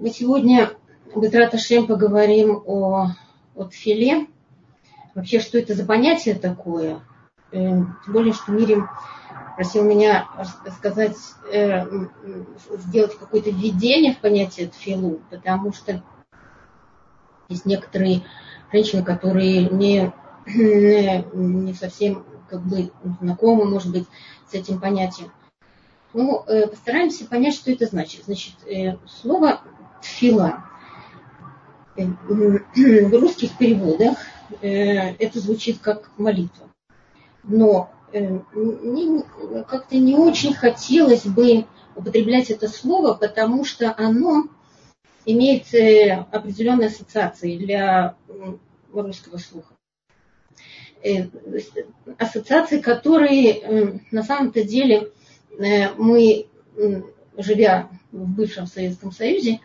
Мы сегодня, Бе'эзрат Ашем, поговорим о тфиле. Вообще, что это за понятие такое? Тем более, что Мирим просил меня сказать, сделать какое-то введение в понятие тфилу, потому что есть некоторые женщины, которые не совсем знакомы, может быть, с этим понятием. Ну, постараемся понять, что это значит. Значит, слово тфила в русских переводах это звучит как молитва. Но мне как-то не очень хотелось бы употреблять это слово, потому что оно имеет определенные ассоциации для русского слуха. Ассоциации, которые на самом-то деле мы, живя в бывшем Советском Союзе,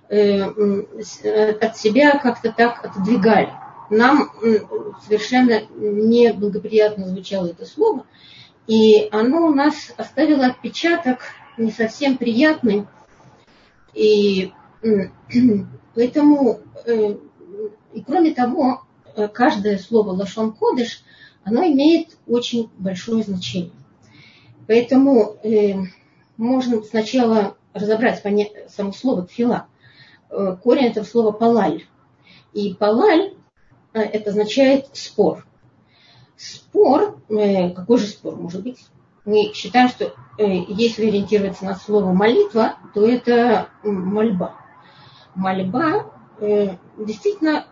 от себя как-то так отодвигали. Нам совершенно неблагоприятно звучало это слово, и оно у нас оставило отпечаток не совсем приятный. И поэтому, и кроме того, каждое слово лашон кодеш, оно имеет очень большое значение. Поэтому можно сначала разобрать само слово тфила. Корень этого слова палаль. И палаль это означает спор. Спор, какой же спор может быть? Мы считаем, что если ориентироваться на слово молитва, то это мольба. Мольба действительно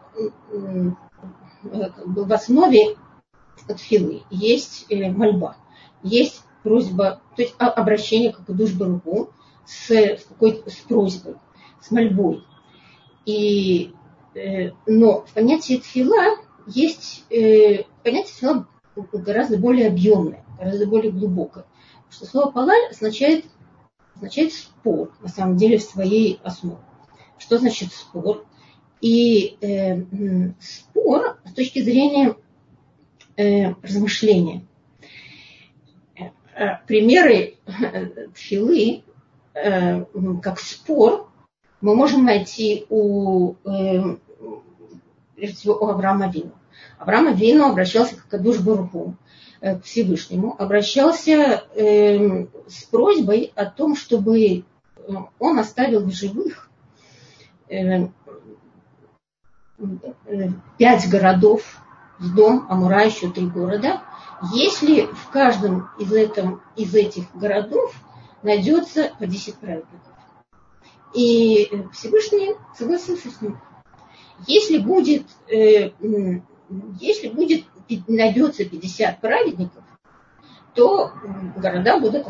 в основе тфилы есть мольба, есть просьба, то есть обращение к Акадош Баруху с просьбой, с мольбой. Но в понятии тфила есть понятие тфила гораздо более объемное, гораздо более глубокое. Потому что слово палаль означает спор, на самом деле, в своей основе. Что значит спор? И спор с точки зрения размышления. Примеры тфилы, как спор, мы можем найти прежде всего, у Авраама Авину. Авраам Авину обращался к Акадош Баруху, к Всевышнему, обращался с просьбой о том, чтобы он оставил в живых 5 городов, Сдом, Амура, еще 3 города, если в каждом из этих городов найдется по 10 праведников. И Всевышний согласился с ним. Если найдется 50 праведников, то города будут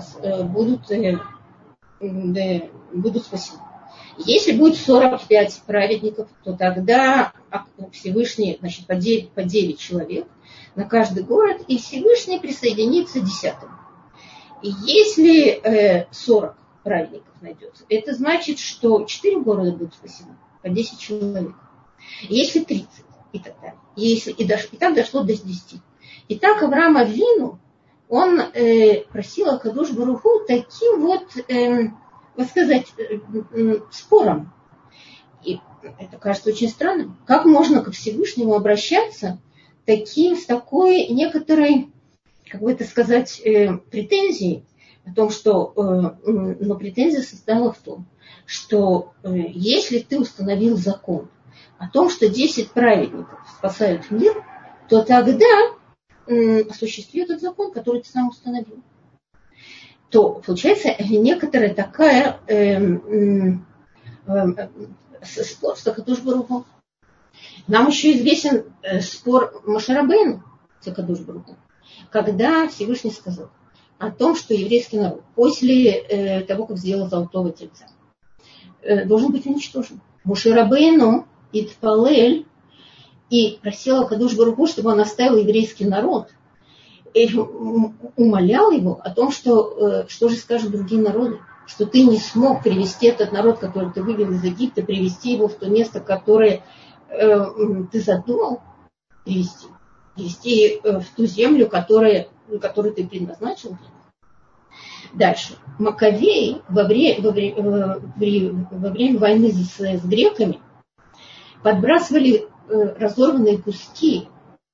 спасены. Если будет 45 праведников, то тогда Всевышний, значит, по 9 человек на каждый город, и Всевышний присоединится 10-м. И если 40 праведников найдется, это значит, что 4 города будут спасены, по 10 человек. Если 30, и так далее. И так дошло до 10. И так Авраам Авину, он просил Акадош Баруху таким вот, спором. И это кажется очень странным. Как можно ко Всевышнему обращаться с такой некоторой, претензией о том, что, но претензия состояла в том, что если ты установил закон о том, что 10 праведников спасают мир, то тогда осуществи этот закон, который ты сам установил. То получается некоторая такая спор с Акадош Баруху. Нам еще известен спор Моше Рабейну с Акадош Баруху, когда Всевышний сказал о том, что еврейский народ после того, как сделал золотого тельца, должен быть уничтожен. Моше Рабейну итпалель и просил Акадош Баруху, чтобы он оставил еврейский народ, и умолял его о том, что же скажут другие народы, что ты не смог привести этот народ, который ты вывел из Египта, привести его в то место, которое ты задумал привести в ту землю, которую ты предназначил для них. Дальше. Маккавеи во время войны с греками подбрасывали разорванные куски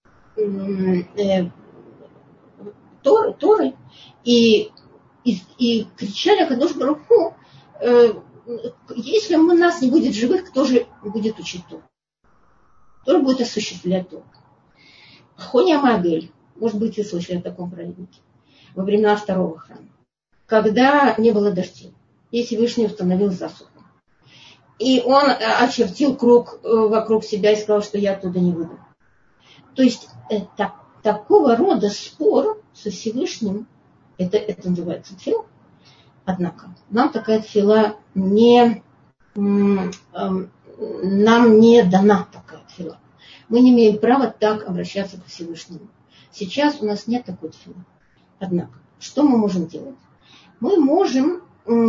Торы и кричали Акадош Барух Ху, если нас не будет живых, кто же будет учить Тору? Кто будет осуществлять Тору? Хони Амагель, может быть, вы слышали о таком праведнике, во времена второго храма, когда не было дождей, и Всевышний установил засуху. И он очертил круг вокруг себя и сказал, что я оттуда не выйду. То есть такого рода спор со Всевышним, это называется тфила. Однако нам такая тфила нам не дана такая тфила. Мы не имеем права так обращаться к Всевышнему. Сейчас у нас нет такой тфилы. Однако, что мы можем делать? Мы можем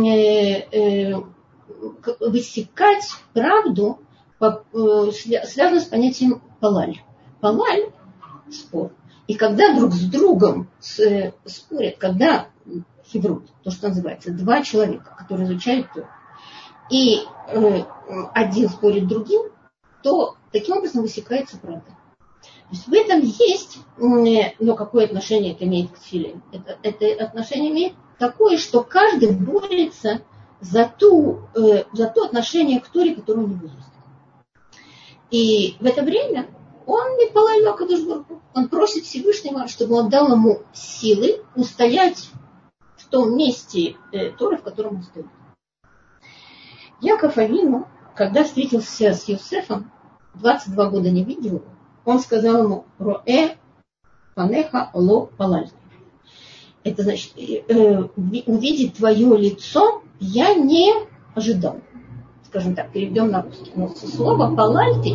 высекать правду, связанную с понятием палаль. Палаль – спор. И когда друг с другом спорят, когда хеврут, то, что называется, два человека, которые изучают Тору, и один спорит другим, то таким образом высекается правда. То есть в этом есть, но какое отношение это имеет к тфиле? Это отношение имеет такое, что каждый борется за то отношение к Торе, которое у него есть. И в это время он просит Всевышнего, чтобы он дал ему силы устоять в том месте Торы, в котором он стоит. Яков Авину, когда встретился с Йосефом, 22 года не видел его, он сказал ему: «Роэ панеха ло палальти». Это значит, увидеть твое лицо я не ожидал. Скажем так, переведем на русский. Но слово палальти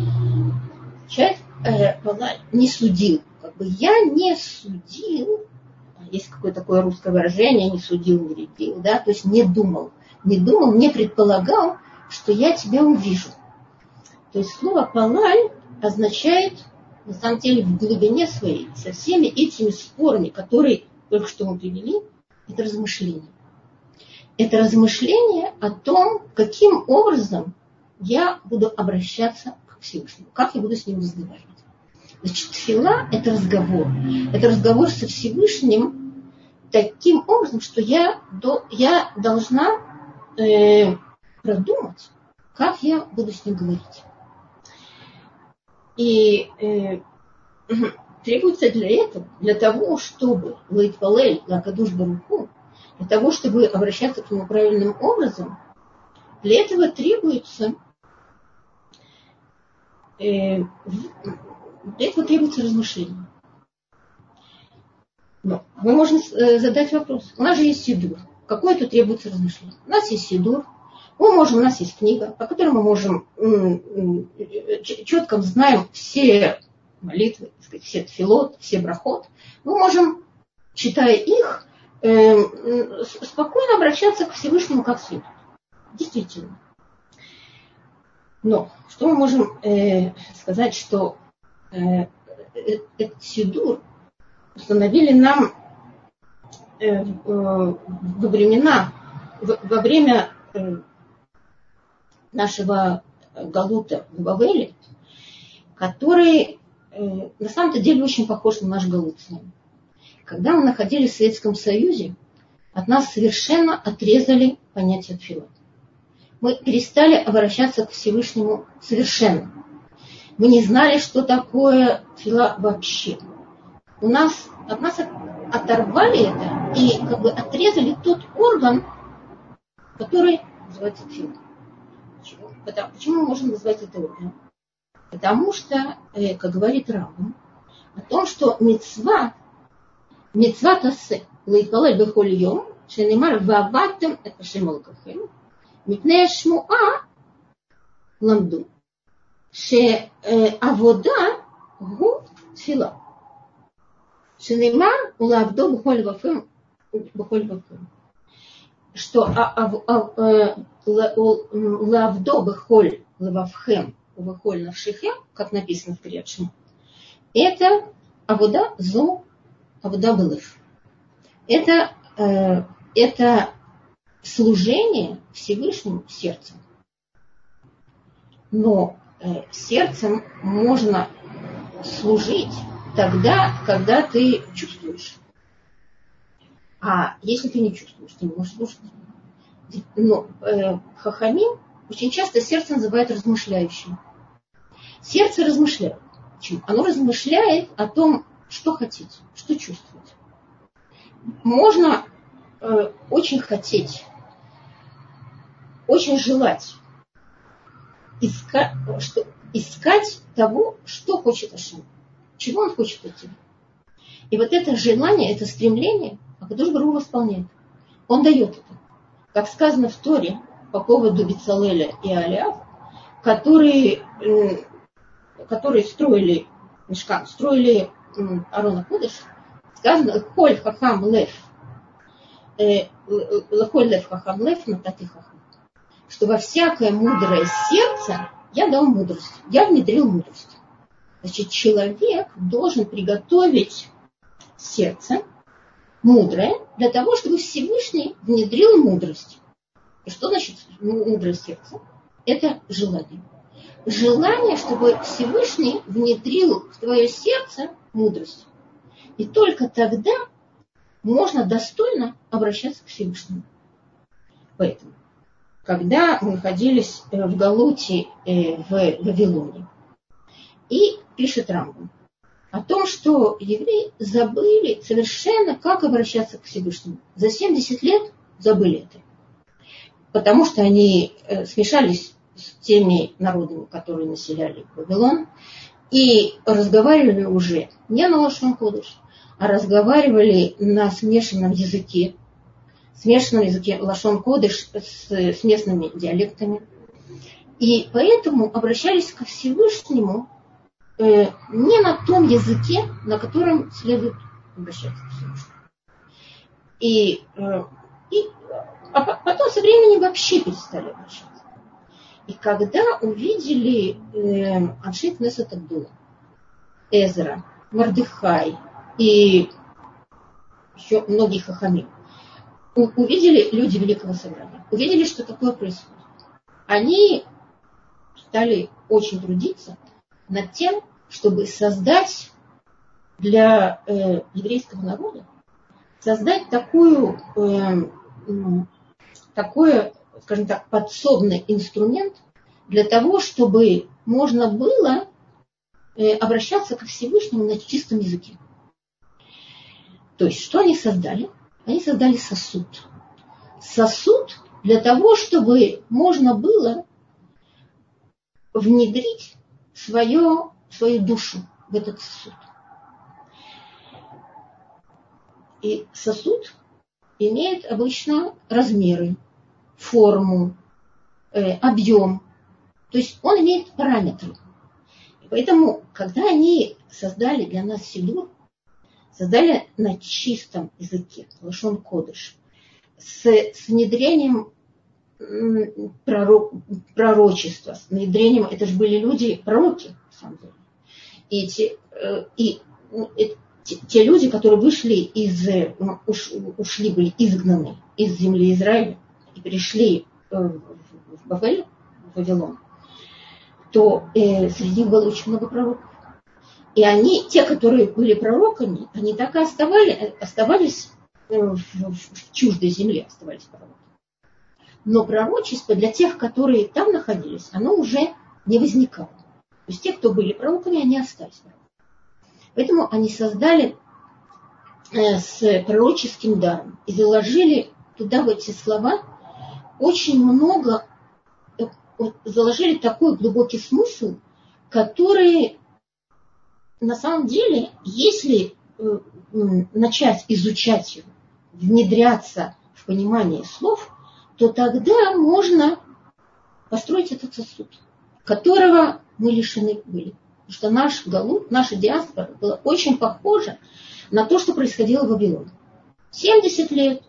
не судил. Как бы я не судил, есть какое-то такое русское выражение, не судил, не рядил, да, то есть не думал, не предполагал, что я тебя увижу. То есть слово палаль означает, на самом деле, в глубине своей, со всеми этими спорами, которые только что мы привели, это размышление. Это размышление о том, каким образом я буду обращаться к Всевышнему, как я буду с ним разговаривать. Значит, тфила – это разговор. Это разговор со Всевышним таким образом, что я должна продумать, как я буду с ним говорить. И требуется для этого, для того, чтобы лейтпалель лакадуш барух ху, для того, чтобы обращаться к нему правильным образом, для этого требуется размышление. Но мы можем задать вопрос. У нас же есть сидур. Какое тут требуется размышление? У нас есть сидур. У нас есть книга, по которой мы можем четко знаем все молитвы, так сказать, все тфилот, все брахот. Мы можем, читая их, спокойно обращаться к Всевышнему как следует. Действительно. Но что мы можем сказать, что этот сидур установили нам во время нашего галута в Бавеле, который на самом-то деле очень похож на наш галут с нами. Когда мы находились в Советском Союзе, от нас совершенно отрезали понятие тфила. Мы перестали обращаться к Всевышнему совершенно. Мы не знали, что такое тфила вообще. От нас оторвали это и как бы отрезали тот орган, который называется тфила. Почему мы можем назвать это органом? Потому что, как говорит Рамбам, о том, что мицва тасе лейтпалель бехоль йом, шенемар вааваттем эт ашем элокейхем, мипней шмуа ламду, שעבודה הוא תפילה. שנאמר ולעבדו בכל לבבכם. Что лавдо бехоль левавхем увахоль навшихем, как написано в Крият Шма, это авода зо авода белыв. Это это служение Всевышнему сердцем. Но сердцем можно служить тогда, когда ты чувствуешь. А если ты не чувствуешь, ты не можешь служить. Но хахамим очень часто сердце называют размышляющим. Сердце размышляет. Почему? Оно размышляет о том, что хотеть, что чувствовать. Можно очень хотеть, очень желать, искать того, что хочет Ашем, чего он хочет от тебя. И вот это желание, это стремление, Акадош Барух Ху восполняет. Он дает это. Как сказано в Торе по поводу Бецалеля и Алиав, которые строили Мишкан, строили Арон ха-Кодеш, сказано «Коль хахам лев», «Лахоль лев хахам лев натати хахам», что во всякое мудрое сердце я дал мудрость, я внедрил мудрость. Значит, человек должен приготовить сердце мудрое для того, чтобы Всевышний внедрил мудрость. И что значит мудрое сердце? Это желание. Желание, чтобы Всевышний внедрил в твое сердце мудрость. И только тогда можно достойно обращаться к Всевышнему. Поэтому, когда мы находились в Галуте в Вавилоне, и пишет Рамбам о том, что евреи забыли совершенно, как обращаться к Всевышнему. За 70 лет забыли это. Потому что они смешались с теми народами, которые населяли Вавилон, и разговаривали уже не на лашон кодеш, а разговаривали на смешанном языке лашон кодеш с местными диалектами. И поэтому обращались ко Всевышнему не на том языке, на котором следует обращаться к Всевышнему. А потом со временем вообще перестали обращаться. И когда увидели Аншей Кнесет Агдула, Эзра, Мордехай и еще многие хахамим, увидели люди Великого Собрания, увидели, что такое происходит. Они стали очень трудиться над тем, чтобы создать для еврейского народа, создать такой, скажем так, подсобный инструмент для того, чтобы можно было обращаться ко Всевышнему на чистом языке. То есть, что они создали? Они создали сосуд. Сосуд для того, чтобы можно было внедрить свою душу в этот сосуд. И сосуд имеет обычно размеры, форму, объем. То есть он имеет параметры. И поэтому, когда они создали для нас сидур, создали на чистом языке, лашон кодеш, с внедрением пророчества, с внедрением, это же были люди, пророки, на самом деле. И те люди, которые вышли ушли, были изгнаны из земли Израиля и пришли в Бавель, в Вавилон, то среди них было очень много пророков. И они, те, которые были пророками, они так и оставались в чуждой земле, оставались пророками. Но пророчество для тех, которые там находились, оно уже не возникало. То есть те, кто были пророками, они остались пророками. Поэтому они создали с пророческим даром и заложили туда, в эти слова, очень много, заложили такой глубокий смысл, который на самом деле, если начать изучать его, внедряться в понимание слов, то тогда можно построить этот сосуд, которого мы лишены были. Потому что наш галут, наша диаспора была очень похожа на то, что происходило в Вавилоне. 70 лет.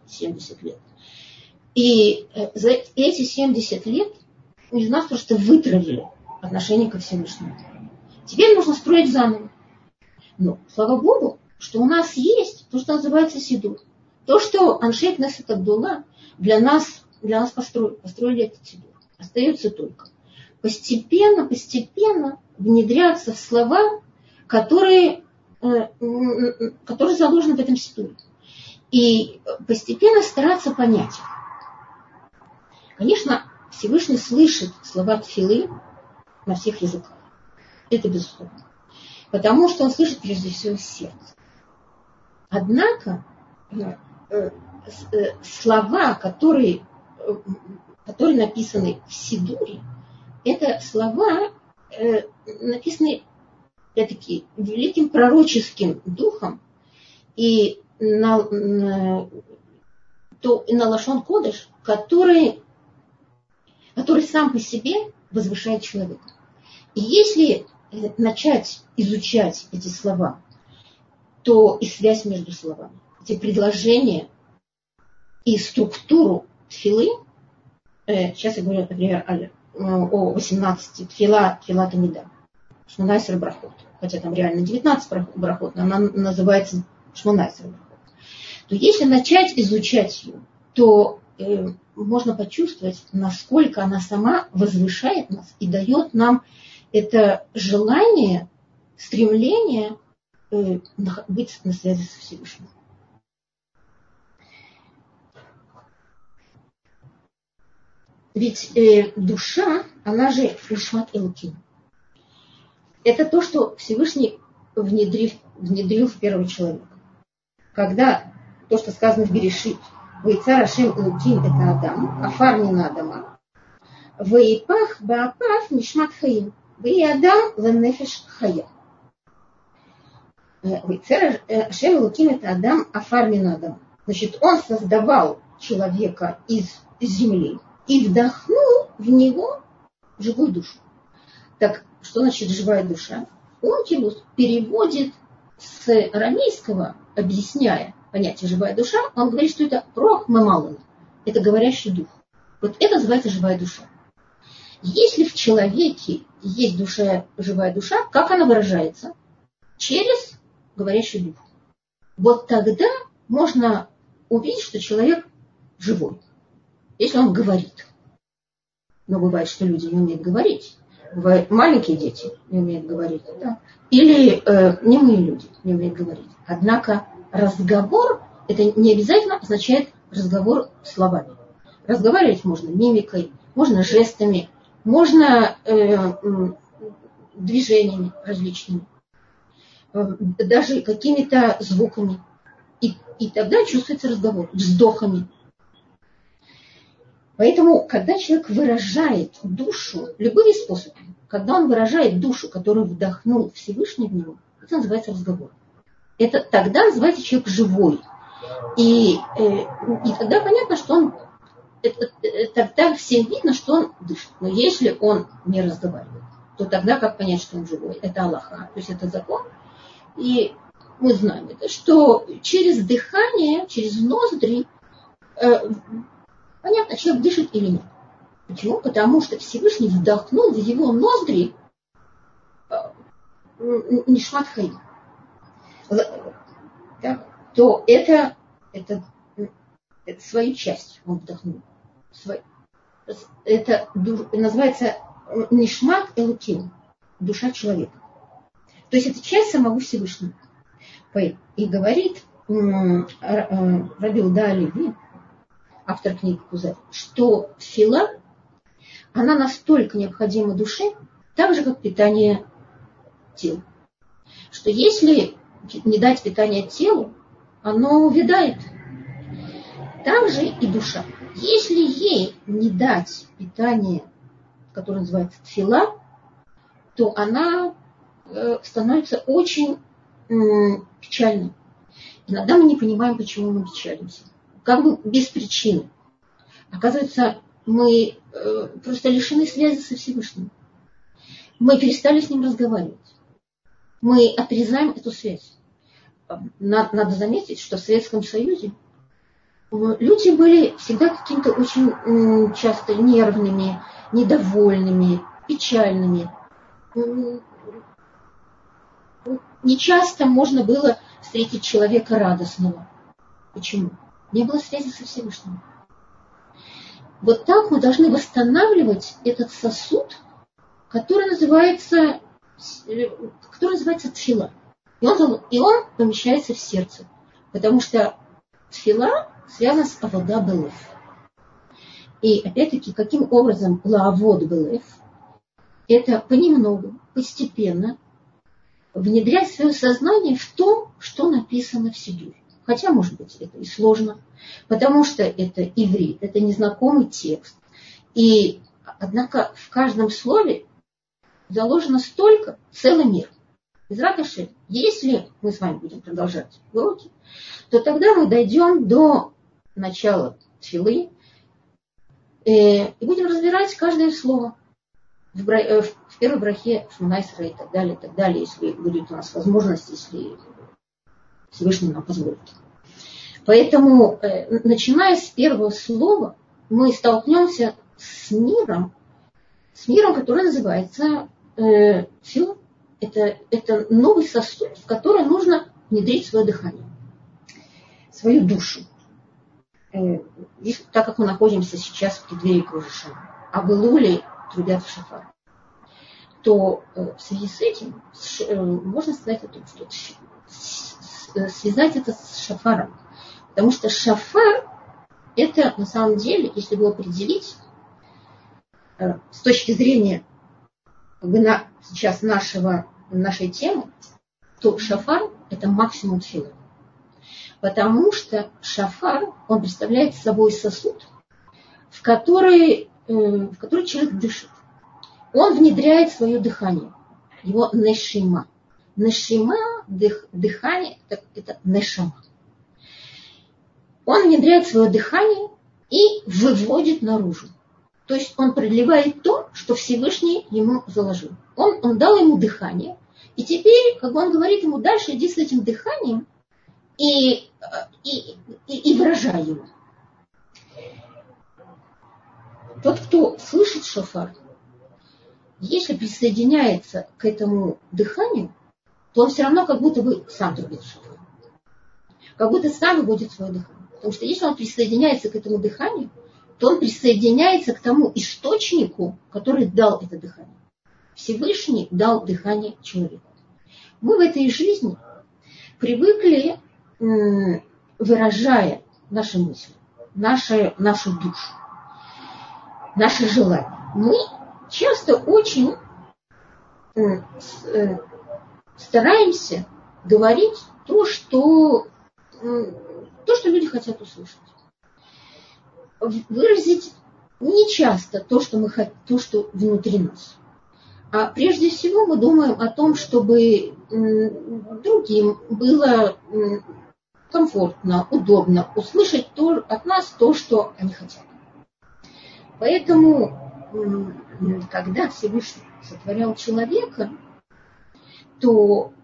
И за эти 70 лет из нас просто вытравили отношение ко Всевышнему. Теперь нужно строить заново. Но, слава Богу, что у нас есть то, что называется сидур. То, что Аншей Кнессет Агдула для нас построили этот сидур, остается только постепенно внедряться в слова, которые заложены в этом сидуре. И постепенно стараться понять их. Конечно, Всевышний слышит слова тфилы на всех языках. Это безусловно. Потому что он слышит прежде всего сердце. Однако слова, которые написаны в сидуре, это слова, написаны опять-таки великим пророческим духом, и на лашон кодеш, который сам по себе возвышает человека. И если начать изучать эти слова, то и связь между словами, эти предложения и структуру тфилы, сейчас я говорю, например, о 18 тфила Тамида, Шмонайсер брахот, хотя там реально 19 брахот, но она называется Шмонайсер брахот, то если начать изучать ее, то можно почувствовать, насколько она сама возвышает нас и дает нам это желание, стремление быть на связи со Всевышним. Ведь душа, она же Нишмат Элоким. Это то, что Всевышний внедрил в первого человека. Когда то, что сказано в Берешит, Вейцар Ашем Элоким – это Адам, Афар мин Адама, Вейпах Баапав Нишмат Хаим, Вей Адам Ленефеш Хая. Вейцар Ашем Элоким – это Адам, Афар мин Адама. Значит, он создавал человека из земли и вдохнул в него живую душу. Так, что значит живая душа? Он переводит с арамейского, объясняя понятие живая душа, он говорит, что это рох мемалан, это говорящий дух. Вот это называется живая душа. Если в человеке есть душа, живая душа, как она выражается? Через говорящий дух. Вот тогда можно увидеть, что человек живой. Если он говорит. Но бывает, что люди не умеют говорить. Бывают маленькие дети не умеют говорить. Да? Или немые люди не умеют говорить. Однако разговор, это не обязательно означает разговор словами. Разговаривать можно мимикой, можно жестами, можно движениями различными, даже какими-то звуками. И тогда чувствуется разговор, вздохами. Поэтому, когда человек выражает душу любыми способами, когда он выражает душу, которую вдохнул Всевышний в него, это называется разговор. Это тогда называется человек живой. И тогда понятно, что он, тогда всем видно, что он дышит. Но если он не разговаривает, то тогда как понять, что он живой? Это Аллаха, то есть это закон. И мы знаем это, что через дыхание, через ноздри, понятно, человек дышит или нет. Почему? Потому что Всевышний вдохнул в его ноздри Нишмат Хаим. То это свою часть он вдохнул. Это называется Нишмат Элоким, душа человека. То есть это часть самого Всевышнего. И говорит Раби Иуда а-Леви, автор книги Кузарь, что фила, она настолько необходима душе, так же, как питание телу. Что если не дать питание телу, оно увядает. Так же и душа. Если ей не дать питание, которое называется тфила, то она становится очень печальной. Иногда мы не понимаем, почему мы печалимся. Как бы без причины. Оказывается, мы просто лишены связи со Всевышним. Мы перестали с ним разговаривать. Мы отрезаем эту связь. Надо заметить, что в Советском Союзе люди были всегда какими-то очень часто нервными, недовольными, печальными. Не часто можно было встретить человека радостного. Почему? не было связи со Всевышним. Вот так мы должны восстанавливать этот сосуд, который называется тфила. И он помещается в сердце. Потому что тфила связана с авода белев. И опять-таки, каким образом лаавод белев? Это понемногу, постепенно внедрять свое сознание в то, что написано в Сидуре. Хотя, может быть, это и сложно, потому что это иврит, это незнакомый текст. И, однако, в каждом слове заложено столько, целый мир. Безрат Ашем, если мы с вами будем продолжать уроки, то тогда мы дойдем до начала тфилы и будем разбирать каждое слово. В первой брахе Шмона-Исрей и так далее, если будет у нас возможность, если Всевышний нам позволит. Поэтому, начиная с первого слова, мы столкнемся с миром, который называется тфила. Это новый сосуд, в который нужно внедрить свое дыхание, свою душу. Так как мы находимся сейчас в преддверии Рош ха-Шана, а в Илуле трубят в шафар, то в связи с этим можно сказать о том, что связать это с шафаром. Потому что шафар – это на самом деле, если его определить с точки зрения сейчас нашей темы, то шафар – это максимум тфилы. Потому что шафар, он представляет собой сосуд, в который человек дышит. Он внедряет свое дыхание, его нешима. Нешима, дыхание – это нешама. Он внедряет свое дыхание и выводит наружу. То есть он продлевает то, что Всевышний ему заложил. Он дал ему дыхание, и теперь, как он говорит ему, дальше иди с этим дыханием и выражай его. Тот, кто слышит шофар, если присоединяется к этому дыханию, то он все равно как будто бы сам трубит шофар. Как будто сам выводит свое дыхание. Потому что если он присоединяется к этому дыханию, то он присоединяется к тому источнику, который дал это дыхание. Всевышний дал дыхание человеку. Мы в этой жизни привыкли, выражая наши мысли, нашу душу, наши желания. Мы часто очень стараемся говорить то, что люди хотят услышать. Выразить не часто то, что внутри нас. А прежде всего мы думаем о том, чтобы другим было комфортно, удобно услышать от нас то, что они хотят. Поэтому, когда Всевышний сотворял человека, то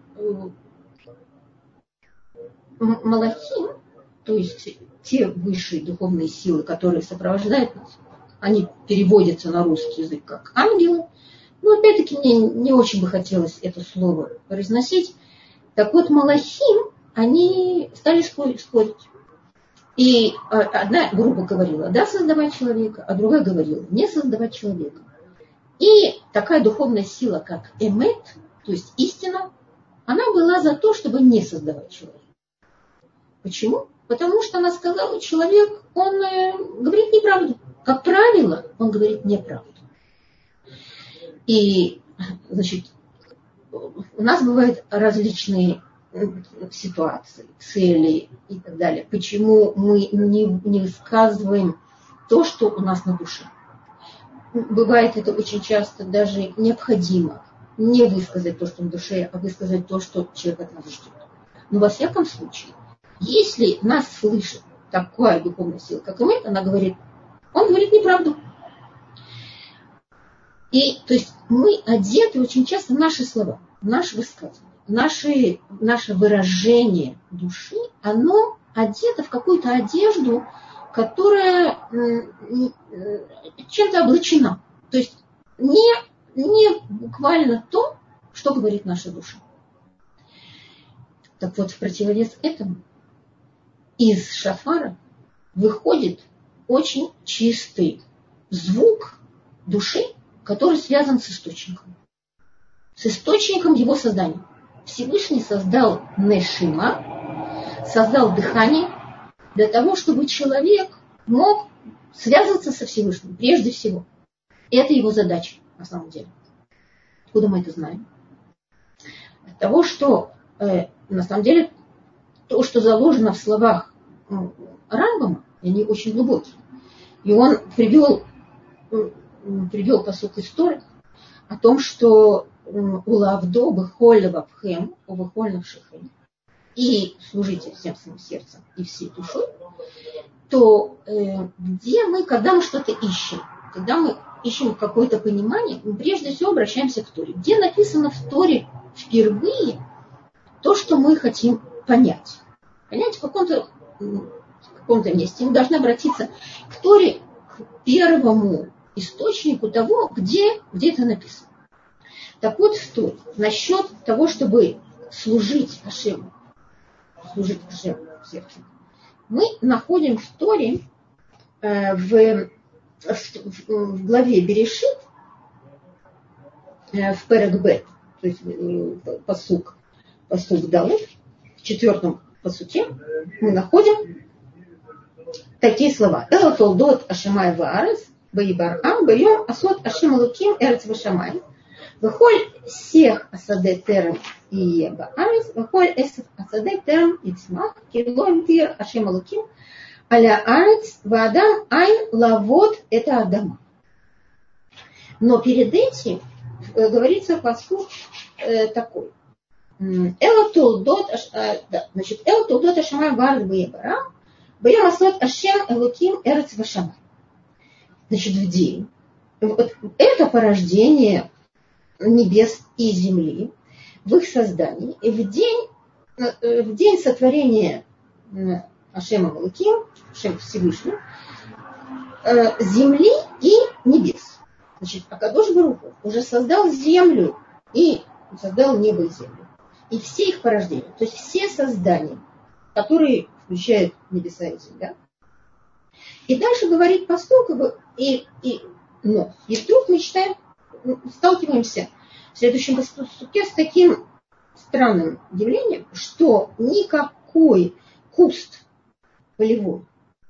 малахим, то есть те высшие духовные силы, которые сопровождают нас, они переводятся на русский язык как ангелы. Но опять-таки мне не очень бы хотелось это слово произносить. Так вот, малахим, они стали спорить. И одна группа говорила, да, создавать человека, а другая говорила, не создавать человека. И такая духовная сила, как эмет, то есть истина, она была за то, чтобы не создавать человека. Почему? Потому что она сказала, человек, он говорит неправду. Как правило, он говорит неправду. И, значит, у нас бывают различные ситуации, цели и так далее. Почему мы не высказываем то, что у нас на душе. Бывает это очень часто даже необходимо не высказать то, что на душе, а высказать то, что человек от нас ждет. Но во всяком случае, если нас слышит такая духовная сила, как Эмет, он говорит неправду. И то есть мы одеты очень часто в наши слова, в наши высказывания, наше выражение души, оно одето в какую-то одежду, которая чем-то облачена. То есть не буквально то, что говорит наша душа. Так вот, в противовес этому из шафара выходит очень чистый звук души, который связан с источником его создания. Всевышний создал нешима, создал дыхание для того, чтобы человек мог связываться со Всевышним прежде всего. И это его задача на самом деле. Откуда мы это знаем? От того, что на самом деле то, что заложено в словах Рамбама, они очень глубокие. И он привел пасук из Торы о том, что улавдо бехоль вавхем, увехоль навшихем, и служите всем своим сердцем и всей душой, то где мы, когда мы что-то ищем, когда мы ищем какое-то понимание, мы прежде всего обращаемся к Торе. Где написано в Торе впервые то, что мы хотим понять. Понять в каком-то месте. Мы должны обратиться к Торе, к первому источнику того, где это написано. Так вот, в Торе, насчет того, чтобы служить Ашему сердцем, мы находим в Торе в главе Берешит, в Перек Бет, то есть пасук Далет, в 4 пасуке мы находим такие слова. Эло толдот Ашемай ваарес, баибарам, байом асот Ашем Элоким эрец вашамай, вехоль сех асаде терем ие баарес, вехоль эсef асаде терем ицмах, килоим тир Ашем Элоким, аля арец ваадам айн лавот это Адама. Но перед этим говорится пасук такой. Эло толдот Ашемай ваарес баибарам, байом асот Ашем Элоким эрец вашамай. Значит, в день. Вот это порождение небес и земли в их создании. И в день сотворения Ашема Элоким, Ашем Всевышний, земли и небес. Значит, Акадош Барух Ху уже создал землю и создал небо и землю. И все их порождения, то есть все создания, которые включают небеса и земля. И дальше говорит пастух, и вдруг мы сталкиваемся в следующем пастухе с таким странным явлением, что никакой куст полевой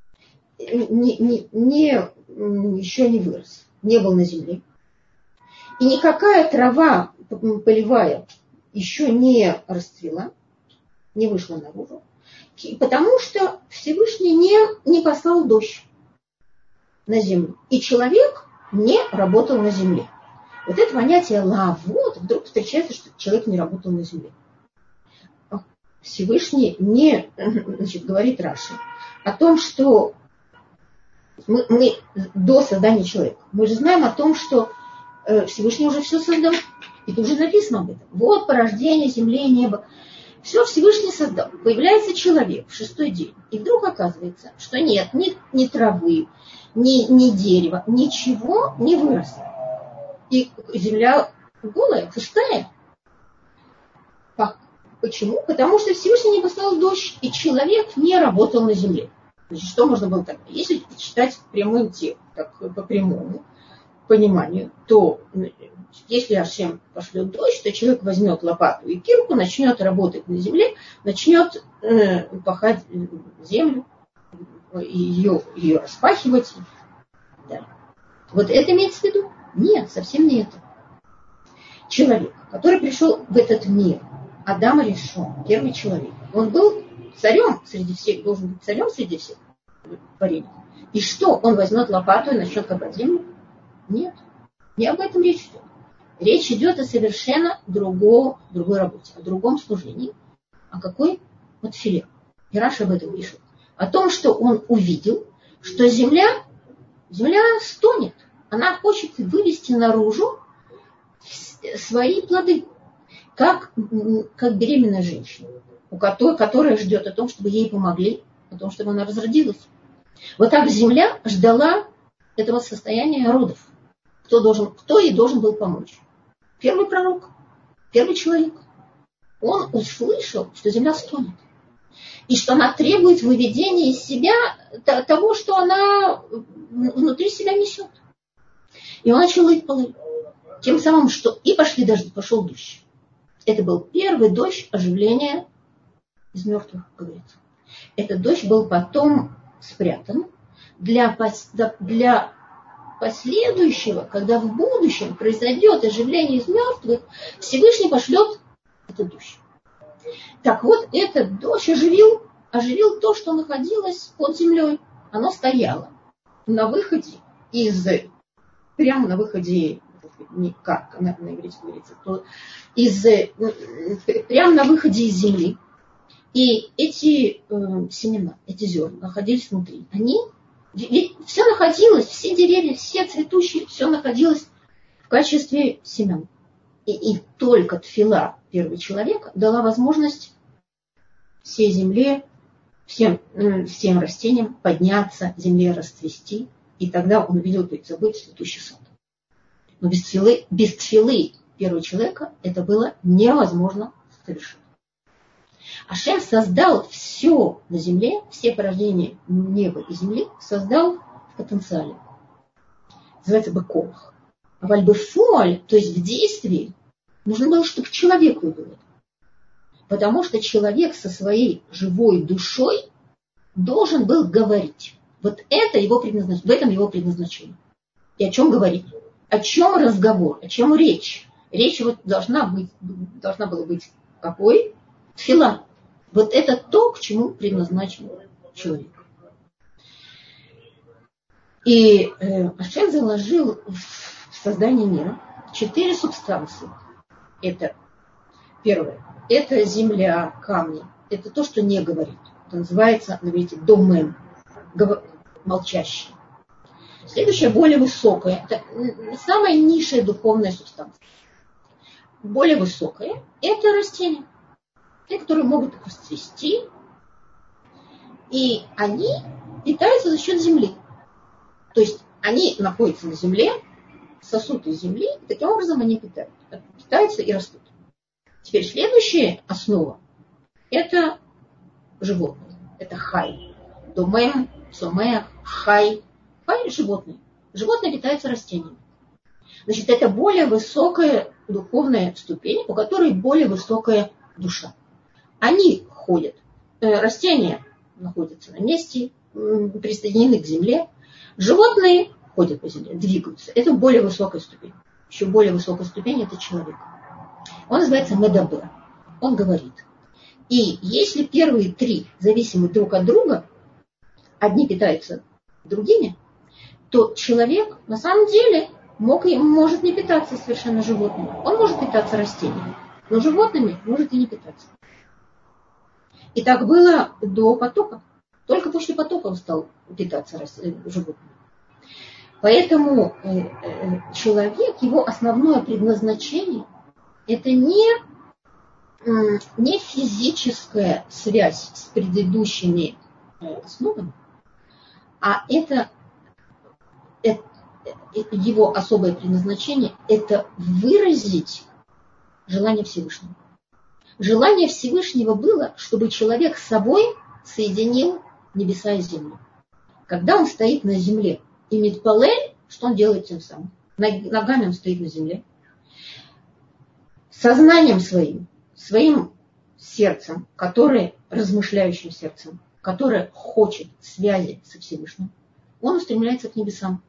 еще не вырос, не был на земле. И никакая трава полевая еще не расцвела, не вышла наружу, потому что Всевышний не послал дождь на землю. И человек не работал на земле. Вот это понятие лавот вдруг встречается, что человек не работал на земле. Всевышний говорит Раши о том, что мы до создания человека. Мы же знаем о том, что Всевышний уже все создал. Это уже написано об этом. Вот порождение земли и неба. Все Всевышний создал. Появляется человек в 6-й день. И вдруг оказывается, что нет ни травы, ни дерева, ничего не выросло. И земля голая, пустая. Почему? Потому что Всевышний не послал дождь, и человек не работал на земле. Значит, что можно было так? Если читать прямым текстом, так по прямому пониманию, то если Ашем пошлет дождь, то человек возьмет лопату и кирку, начнет работать на земле, начнет пахать землю, ее распахивать. Да. Вот это имеется в виду? Нет, совсем не это. Человек, который пришел в этот мир, Адам Ришон, первый человек, он был царем среди всех, должен быть царем среди всех творений. И что, он возьмет лопату и начнет копать землю? Нет, не об этом речь идет. Речь идет о совершенно другой работе, о другом служении. А какой? Вот филе. И Раши об этом пишет. О том, что он увидел, что земля стонет. Она хочет вывести наружу свои плоды. Как беременная женщина, которая ждет о том, чтобы ей помогли, о том, чтобы она разродилась. Вот так земля ждала этого состояния родов. Кто ей должен был помочь? Первый пророк, первый человек. Он услышал, что земля стонет. И что она требует выведения из себя того, что она внутри себя несет. И он начал лить полы. Тем самым, что и пошли дожди, пошел дождь. Это был первый дождь оживления из мертвых, говорится. Этот дождь был потом спрятан для последующего, когда в будущем произойдет оживление из мертвых, Всевышний пошлет этот дождь. Так вот, этот дождь оживил то, что находилось под землей. Оно стояло на выходе прямо на выходе, как на иврите говорится, прямо на выходе из земли. И эти семена, эти зерна находились внутри. Ведь все находилось, все деревья, все цветущие, все находилось в качестве семян. И только тфила первого человека дала возможность всей земле, всем растениям подняться, земле расцвести. И тогда он увидел перед собой цветущий сад. Но без тфилы первого человека это было невозможно совершить. Ашем создал все на земле, все порождения неба и земли создал в потенциале. Называется беколах. А вальбефоль, то есть в действии, нужно было, чтобы человеку было. Потому что человек со своей живой душой должен был говорить. Вот это его предназначение, в этом его предназначение. И о чем говорить? О чем разговор? О чем речь? Речь вот должна была быть какой? Тфила. Вот это то, к чему предназначен человек. И Ашем заложил в создание мира 4 субстанции. Это первое. Это земля, камни. Это то, что не говорит. Это называется, говорите, домен. Молчащий. Следующее, более высокое. Это самая низшая духовная субстанция. Более высокое – это растения. Те, которые могут расцвести. И они питаются за счет земли. То есть они находятся на земле, сосут из земли, и таким образом они питаются и растут. Теперь следующая основа – это животные. Это хай. Домем, цомех, хай. Хай – животные. Животные питаются растениями. Значит, это более высокая духовная ступень, у которой более высокая душа. Они ходят. Растения находятся на месте, присоединены к земле. Животные ходят по земле, двигаются. Это более высокая ступень. Еще более высокая ступень – это человек. Он называется медабер. Он говорит. И если первые 3 зависимы друг от друга, одни питаются другими, то человек на самом деле может не питаться совершенно животными. Он может питаться растениями, но животными может и не питаться. И так было до потопа. Только после потопа он стал питаться животными. Поэтому человек, его основное предназначение – это не физическая связь с предыдущими основами, а это его особое предназначение – это выразить желание Всевышнего. Желание Всевышнего было, чтобы человек с собой соединил небеса и землю. Когда он стоит на земле и митпалель, что он делает тем самым? Ногами он стоит на земле. Сознанием своим сердцем, размышляющим сердцем, которое хочет связи со Всевышним, он устремляется к небесам.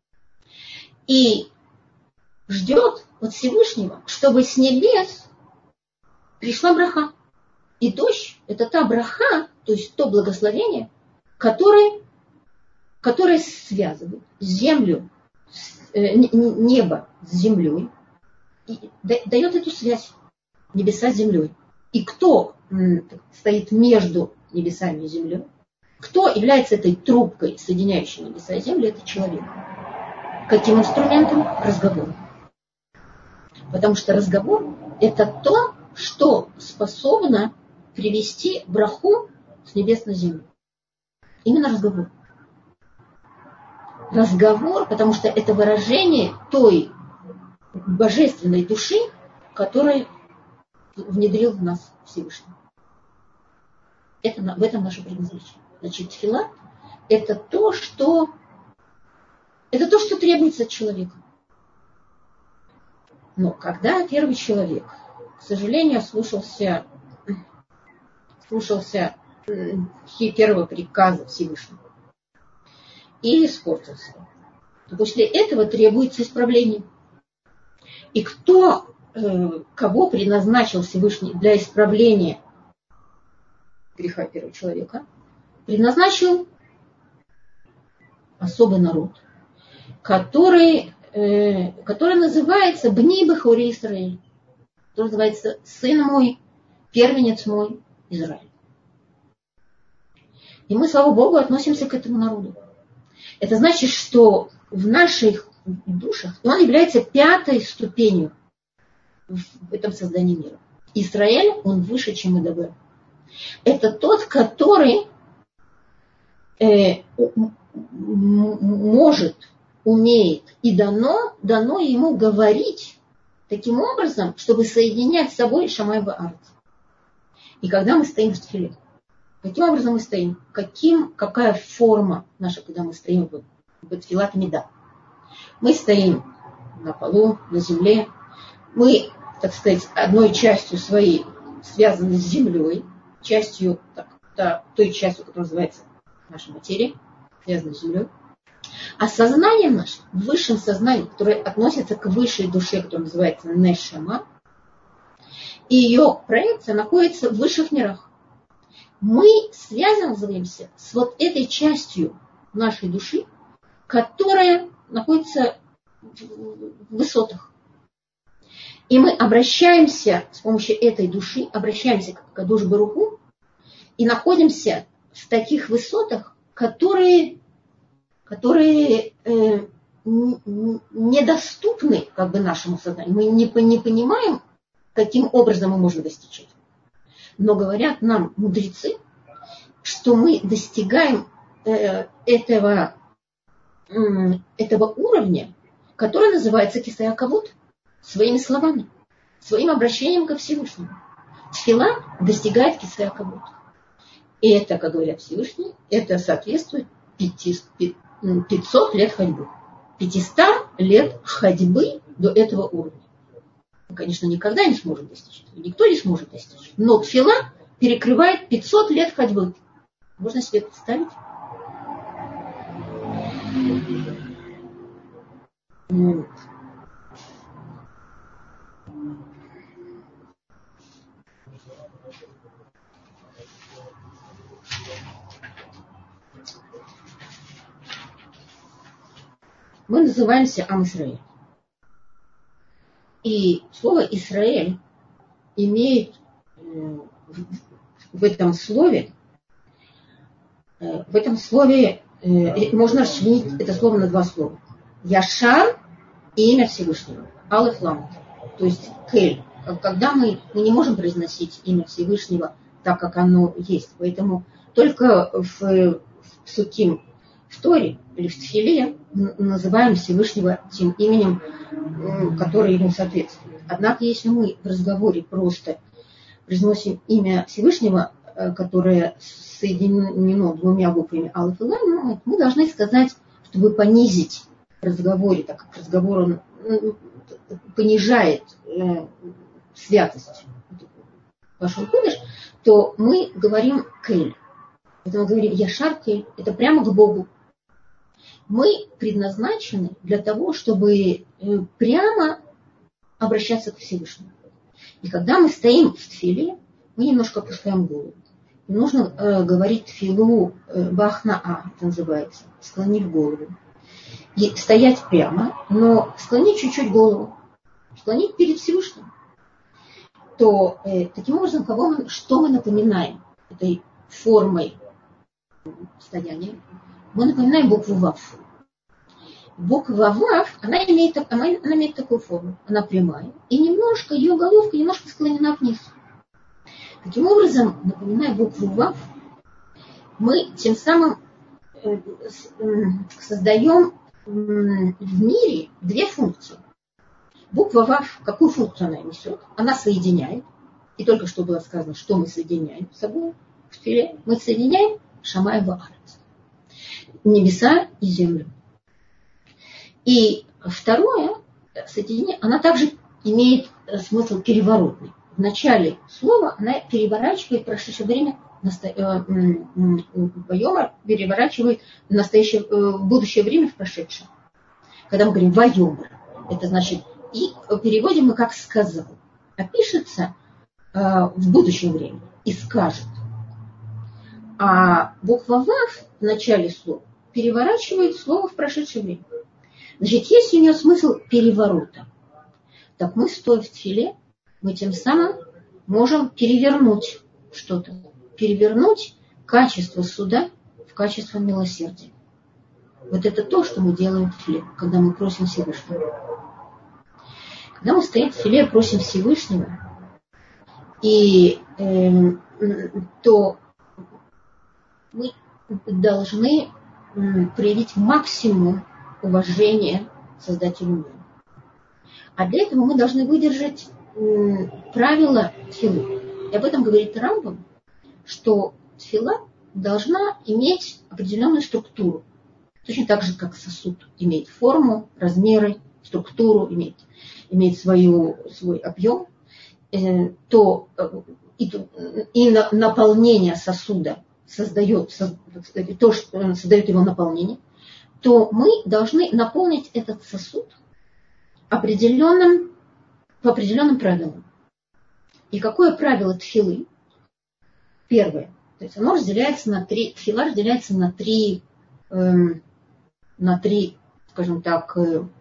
И ждет от Всевышнего, чтобы с небес пришла браха. И дождь – это та браха, то есть то благословение, которое связывает землю, небо с землей, и дает эту связь небеса с землей. И кто стоит между небесами и землей, кто является этой трубкой, соединяющей небеса и землю, это человек. Каким инструментом? Разговор. Потому что разговор – это то, что способно привести браху с небес на землю. Именно разговор. Разговор, потому что это выражение той божественной души, которую внедрил в нас Всевышний. в этом наше предназначение. Значит, тфила – это то, что требуется от человека. Но когда первый человек, к сожалению, слушался первого приказа Всевышнего и испортился, то после этого требуется исправление. И кого предназначил Всевышний для исправления греха первого человека? Предназначил особый народ, который называется Бни Бехори Исраэль, который называется сын мой, первенец мой, Израиль. И мы, слава Богу, относимся к этому народу. Это значит, что в наших душах он является пятой ступенью в этом создании мира. Израиль, он выше, чем ИДВ. Это тот, который может, умеет и дано ему говорить таким образом, чтобы соединять с собой Шамай Ваарец. И когда мы стоим в тфиле, каким образом мы стоим? Какая форма наша, когда мы стоим в тфилат мида? Мы стоим на полу, на земле. Мы, так сказать, одной частью своей связаны с землей, той частью, которая называется наша материя, связана с землей. А сознание наше, высшее сознание, которое относится к высшей душе, которая называется Нешама, и ее проекция находится в высших мирах. Мы связываемся с вот этой частью нашей души, которая находится в высотах. И мы обращаемся с помощью этой души, обращаемся к Кадош Баруху и находимся в таких высотах, которые недоступны как бы нашему сознанию. Мы не понимаем, каким образом мы можем достичь этого. Но говорят нам мудрецы, что мы достигаем этого уровня, который называется Кисая Кавод, своими словами, своим обращением ко Всевышнему. Тфила достигает Кисая Кавод. И это, как говорят Всевышний, это соответствует 500 лет ходьбы. 500 лет ходьбы до этого уровня. Мы, конечно, никогда не сможем достичь. Никто не сможет достичь. Но тфила перекрывает 500 лет ходьбы. Можно себе представить? Мы называемся Ам Исраэль. И слово Исраэль имеет в этом слове можно расчленить это слово на два слова. Яшар и имя Всевышнего. Алеф Ламет. То есть Кель. Когда мы не можем произносить имя Всевышнего так, как оно есть. Поэтому только в Псуким, в Торе или в Тфиле называем Всевышнего тем именем, которое ему соответствует. Однако, если мы в разговоре просто произносим имя Всевышнего, которое соединено двумя буквами Алеф и Лам, мы должны сказать, чтобы понизить в разговоре, так как разговор он понижает святость вашего кудыш, то мы говорим Кель. Это мы говорим Яшар Кель. Это прямо к Богу. Мы предназначены для того, чтобы прямо обращаться к Всевышнему. И когда мы стоим в тфиле, мы немножко опускаем голову. И нужно говорить тфилу бахнаа, это называется, склонив голову. И стоять прямо, но склонить чуть-чуть голову. Склонить перед Всевышним. То таким образом, что мы напоминаем этой формой стояния? Мы напоминаем букву Вав. Буква Вав, она имеет такую форму. Она прямая. И немножко, ее головка немножко склонена вниз. Таким образом, напоминая букву Вав, мы тем самым создаем в мире две функции. Буква Вав, какую функцию она несет? Она соединяет. И только что было сказано, что мы соединяем с собой. в тфиле мы соединяем шамай ваарец, небеса и землю. И второе соединение, она также имеет смысл переворотный. В начале слова она переворачивает прошедшее время, переворачивает будущее время в прошедшее. Когда мы говорим «вайомар», это значит, и переводим мы как «сказал», а пишется в будущем времени «и скажет». А буква «вав» в начале слова переворачивает слово в прошедшее время. Значит, есть у нее смысл переворота. Так мы, стоя в тфиле, мы тем самым можем перевернуть что-то. Перевернуть качество суда в качество милосердия. Вот это то, что мы делаем в тфиле, когда мы просим Всевышнего. Когда мы стоим в тфиле и просим Всевышнего, то мы должны проявить максимум уважения Создателю мира. А для этого мы должны выдержать правила тфилы. И об этом говорит Рамбам, что тфила должна иметь определенную структуру. Точно так же, как сосуд имеет форму, размеры, структуру, имеет свой объем, то и наполнение сосуда создает то, что создает его наполнение, то мы должны наполнить этот сосуд по определенным правилам. И какое правило тфилы? Первое. То есть оно разделяется на три. Тфила разделяется на три, скажем так,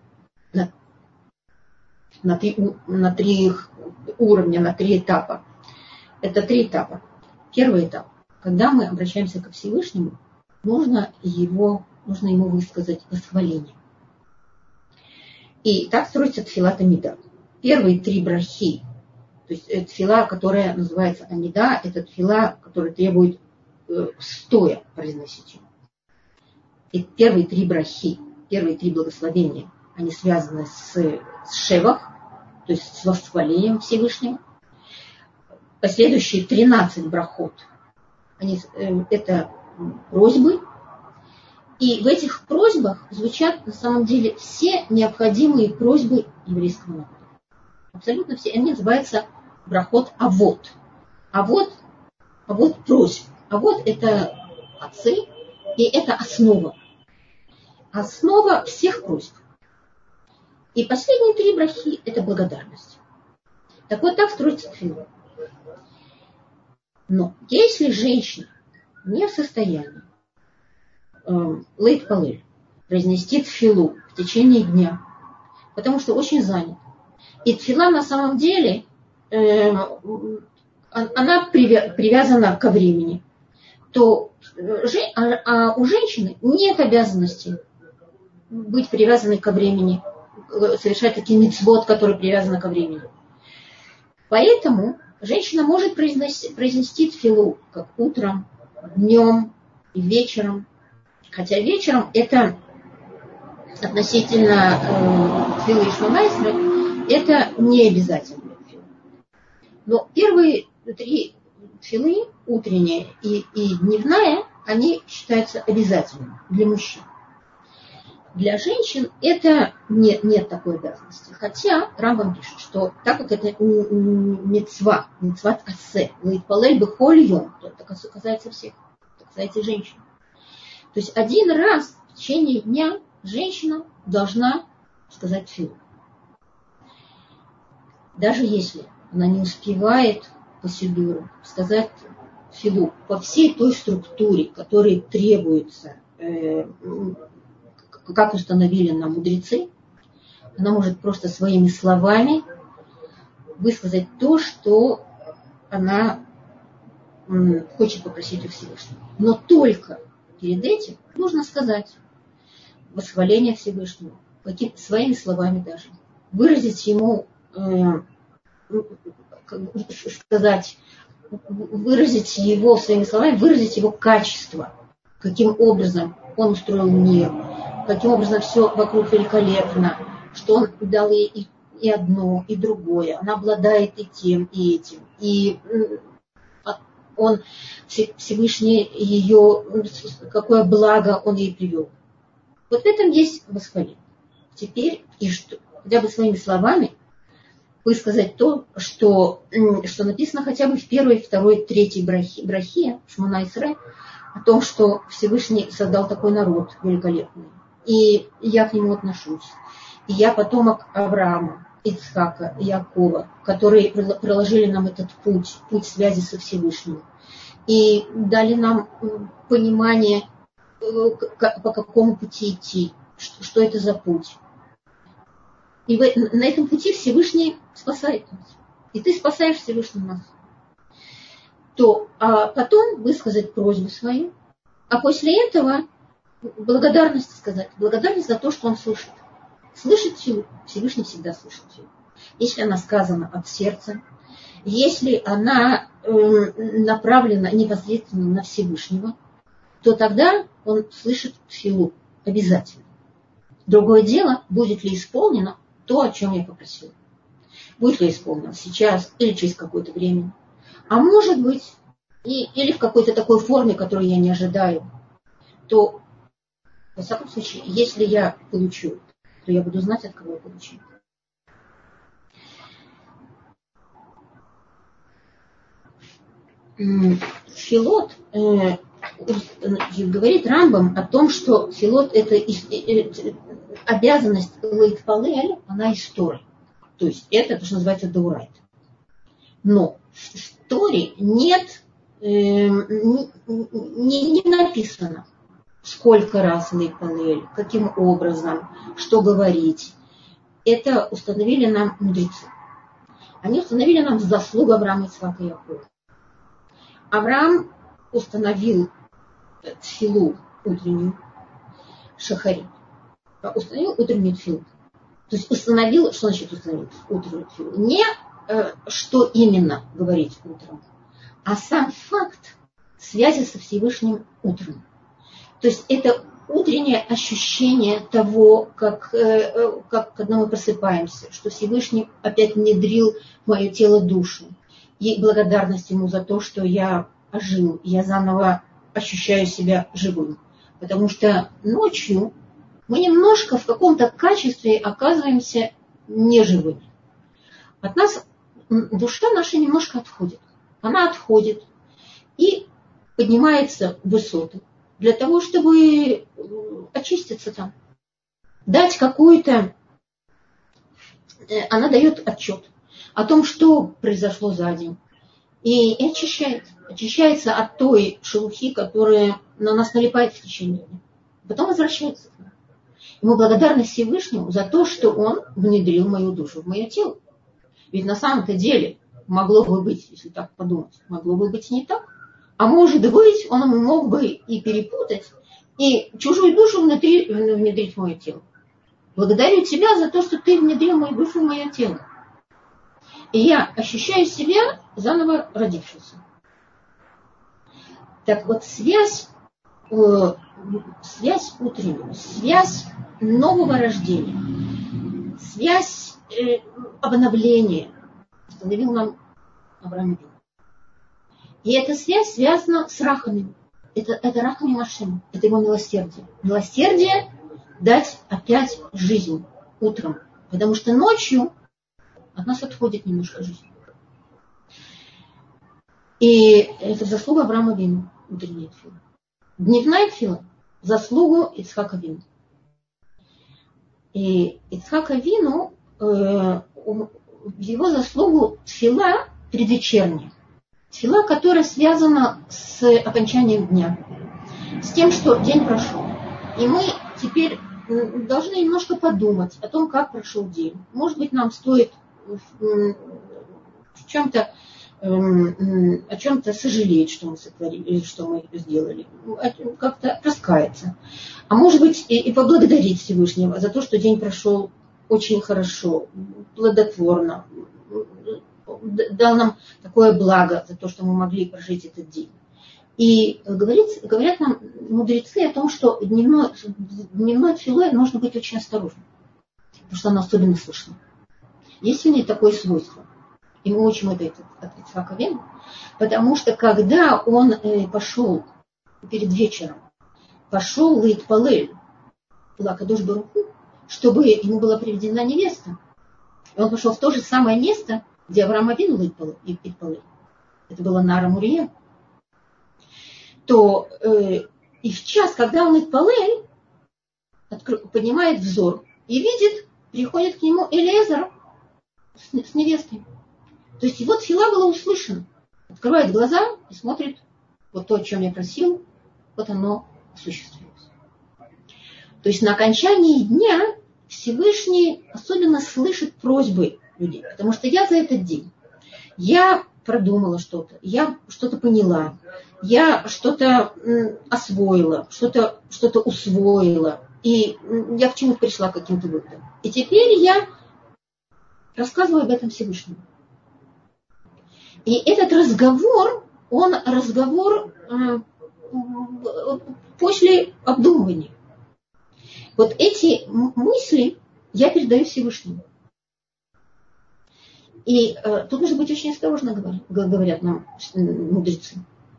на три уровня, на три этапа. Это три этапа. Первый этап. Когда мы обращаемся ко Всевышнему, нужно ему высказать восхваление. И так строится тфилат амида. Первые три брахи, то есть тфила, которая называется амида, это тфила, которая требует стоя произносить ее. И первые три брахи, первые три благословения, они связаны с шевах, то есть с восхвалением Всевышнего. Последующие 13 брахот, это просьбы. И в этих просьбах звучат на самом деле все необходимые просьбы еврейского народа. Абсолютно все. Они называются брахот авот. Авот просьб. Авот это отцы, и это основа. Основа всех просьб. И последние три брахи это благодарность. Так вот так строится тфила. Но если женщина не в состоянии лейт палель произнести тфилу в течение дня, потому что очень занят, и тфила на самом деле она привязана ко времени, то у женщины нет обязанности быть привязанной ко времени, совершать такие мицвот, которые привязаны ко времени. Поэтому женщина может произнести тфилу как утром, днем и вечером. Хотя вечером это относительно тфилы и шмонайсры, это не обязательно. Но первые три тфилы, утренняя и дневная, они считаются обязательными для мужчин. Для женщин это нет такой обязанности. Хотя Рамбам пишет, что так как это мицва, мицват асе, лейтпалель бехоль йом, то это касается всех, это касается женщин. То есть один раз в течение дня женщина должна сказать тфилу. Даже если она не успевает по сидуру сказать тфилу по всей той структуре, которой требуется, как установили нам мудрецы, она может просто своими словами высказать то, что она хочет попросить у Всевышнего. Но только перед этим нужно сказать восхваление Всевышнему, своими словами даже. Выразить ему, выразить его своими словами, выразить его качество, каким образом он устроил мир, каким образом все вокруг великолепно, что он дал ей и одно, и другое. Она обладает и тем, и этим. И он Всевышний ее, какое благо он ей привел. Вот в этом есть восхваление. Теперь, хотя бы своими словами, высказать то, что написано хотя бы в первой, второй, третьей брахе Шмона Исрей, о том, что Всевышний создал такой народ великолепный. И я к нему отношусь. И я потомок Авраама, Ицхака, Якова, которые проложили нам этот путь связи со Всевышним. И дали нам понимание, по какому пути идти, что это за путь. И на этом пути Всевышний спасает нас. И ты спасаешь Всевышний нас. А потом высказать просьбу свою, а после этого благодарность сказать. Благодарность за то, что он слышит. Слышит Филу. Всевышний всегда слышит Филу. Если она сказана от сердца, если она направлена непосредственно на Всевышнего, то тогда он слышит Филу обязательно. Другое дело, будет ли исполнено то, о чем я попросила. Будет ли исполнено сейчас или через какое-то время. А может быть, или в какой-то такой форме, которую я не ожидаю, то, во всяком случае, если я получу, то я буду знать, от кого я получу. Филот говорит Рамбам о том, что филот это обязанность лейтпалель, она из Торы. То есть это то, что называется даурайт. Но в Торе нет, не написано, сколько раз лейтпалель, каким образом, что говорить. Это установили нам мудрецы. Они установили нам заслугу Авраама, Ицхака и Якова. Авраам установил тфилу утреннюю, шахарит. Установил утреннюю тфилу. То есть установил, что значит установил утреннюю тфилу? Не что именно говорить утром, а сам факт связи со Всевышним утром. То есть это утреннее ощущение того, как когда мы просыпаемся, что Всевышний опять внедрил в мое тело душу. И благодарность ему за то, что я ожил, я заново ощущаю себя живым. Потому что ночью мы немножко в каком-то качестве оказываемся неживыми. От нас душа наша немножко отходит. Она отходит и поднимается в высоты для того, чтобы очиститься там. Дать какую-то... Она дает отчет о том, что произошло за день. И очищается от той шелухи, которая на нас налипает в течение дня. Потом возвращается к нам. И мы благодарны Всевышнему за то, что он внедрил мою душу в мое тело. Ведь на самом-то деле могло бы быть, если так подумать, могло бы быть не так. А может быть, он мог бы и перепутать, и чужую душу внедрить в мое тело. Благодарю тебя за то, что ты внедрил мою душу в мое тело. И я ощущаю себя заново родившимся. Так вот, связь утренняя, связь нового рождения, связь обновления установил нам Авраам. И эта связь связана с рахами. Это рахами Машем, это его милосердие. Милосердие дать опять жизнь утром. Потому что ночью от нас отходит немножко жизнь. И это заслуга Авраама Авину, утренняя тфила. Дневная тфила – заслугу Ицхака Авину. И Ицхак Авину, в его заслугу тфила предвечерняя. Тфила, которая связана с окончанием дня. С тем, что день прошел. И мы теперь должны немножко подумать о том, как прошел день. Может быть, нам стоит о чем-то сожалеть, что мы сотворили, что мы сделали, как-то раскаяться. А может быть, и поблагодарить Всевышнего за то, что день прошел очень хорошо, плодотворно, дал нам такое благо за то, что мы могли прожить этот день. И говорят нам мудрецы о том, что дневной тфилой нужно быть очень осторожным, потому что оно особенно слышно. Есть в ней такое свойство, и мы учим это от Ицхака Авину, Потому что когда он пошел перед вечером, пошел Лейтпалель Лакадош Баруху, чтобы ему была приведена невеста, и он пошел в то же самое место, где Авраам Авину Лейтпалель, это было Нара Мурия, то и в час, когда он Лейтпалель, поднимает взор и видит, приходит к нему Элиэзер с невестой. То есть его тфила была услышана. Открывает глаза и смотрит, вот то, о чем я просил, вот оно осуществилось. То есть на окончании дня Всевышний особенно слышит просьбы людей. Потому что я за этот день, я продумала что-то, я что-то поняла, я что-то освоила, что-то усвоила, и я к чему-то пришла, к каким-то выводам. И теперь я рассказываю об этом Всевышнему. И этот разговор, он разговор после обдумывания. Вот эти мысли я передаю Всевышнему. И тут нужно быть очень осторожным, говорят нам мудрецы.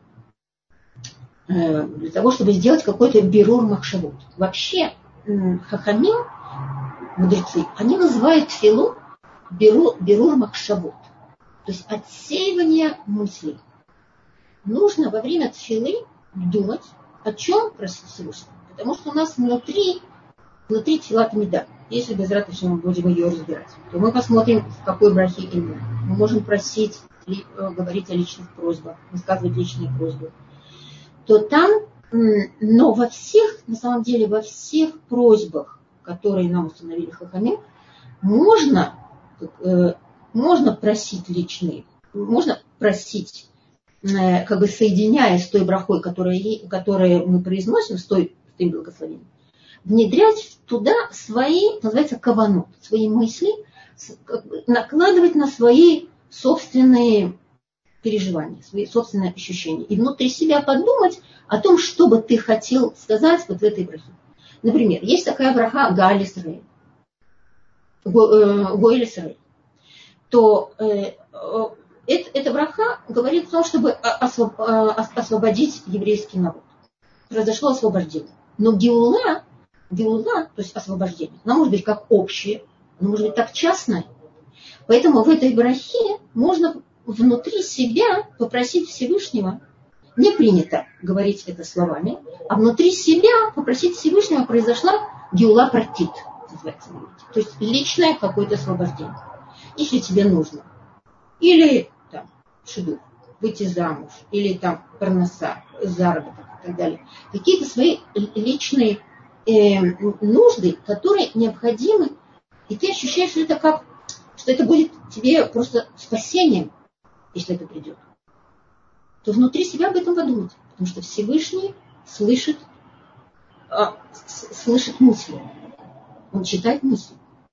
Для того, чтобы сделать какой-то бирур махшавот. Вообще, хахамим, мудрецы, они называют тфилу бирур махшавот. То есть отсеивание мыслей. Нужно во время тфилы думать, о чем просить Всевышнего. Потому что у нас внутри тфилат мида. Если без ратуши мы будем ее разбирать, то мы посмотрим, в какой брахе именно. Мы можем просить, говорить о личных просьбах, высказывать личные просьбы. То там, но во всех, на самом деле, во всех просьбах, которые нам установили хахамим, можно просить личные, можно просить, как бы соединяя с той брахой, которую мы произносим, с тем благословением, внедрять туда свои, называется каванот, свои мысли, накладывать на свои собственные переживания, свои собственные ощущения. И внутри себя подумать о том, что бы ты хотел сказать вот в этой брахе. Например, есть такая браха Гааль Исраэль, Гоэль Исраэль. То эта браха говорит о том, чтобы освободить еврейский народ. Произошло освобождение. Но геула, то есть освобождение, она может быть как общее, она может быть так частное. Поэтому в этой брахе можно внутри себя попросить Всевышнего, не принято говорить это словами, а внутри себя попросить Всевышнего произошла геула партит, называется. То есть личное какое-то освобождение. Если тебе нужно. Или там шидух, выйти замуж, или там парноса, заработок и так далее. Какие-то свои личные нужды, которые необходимы, и ты ощущаешь, что это будет тебе просто спасением, если это придет. То внутри себя об этом подумать. Потому что Всевышний слышит мысли. Он читает мысли.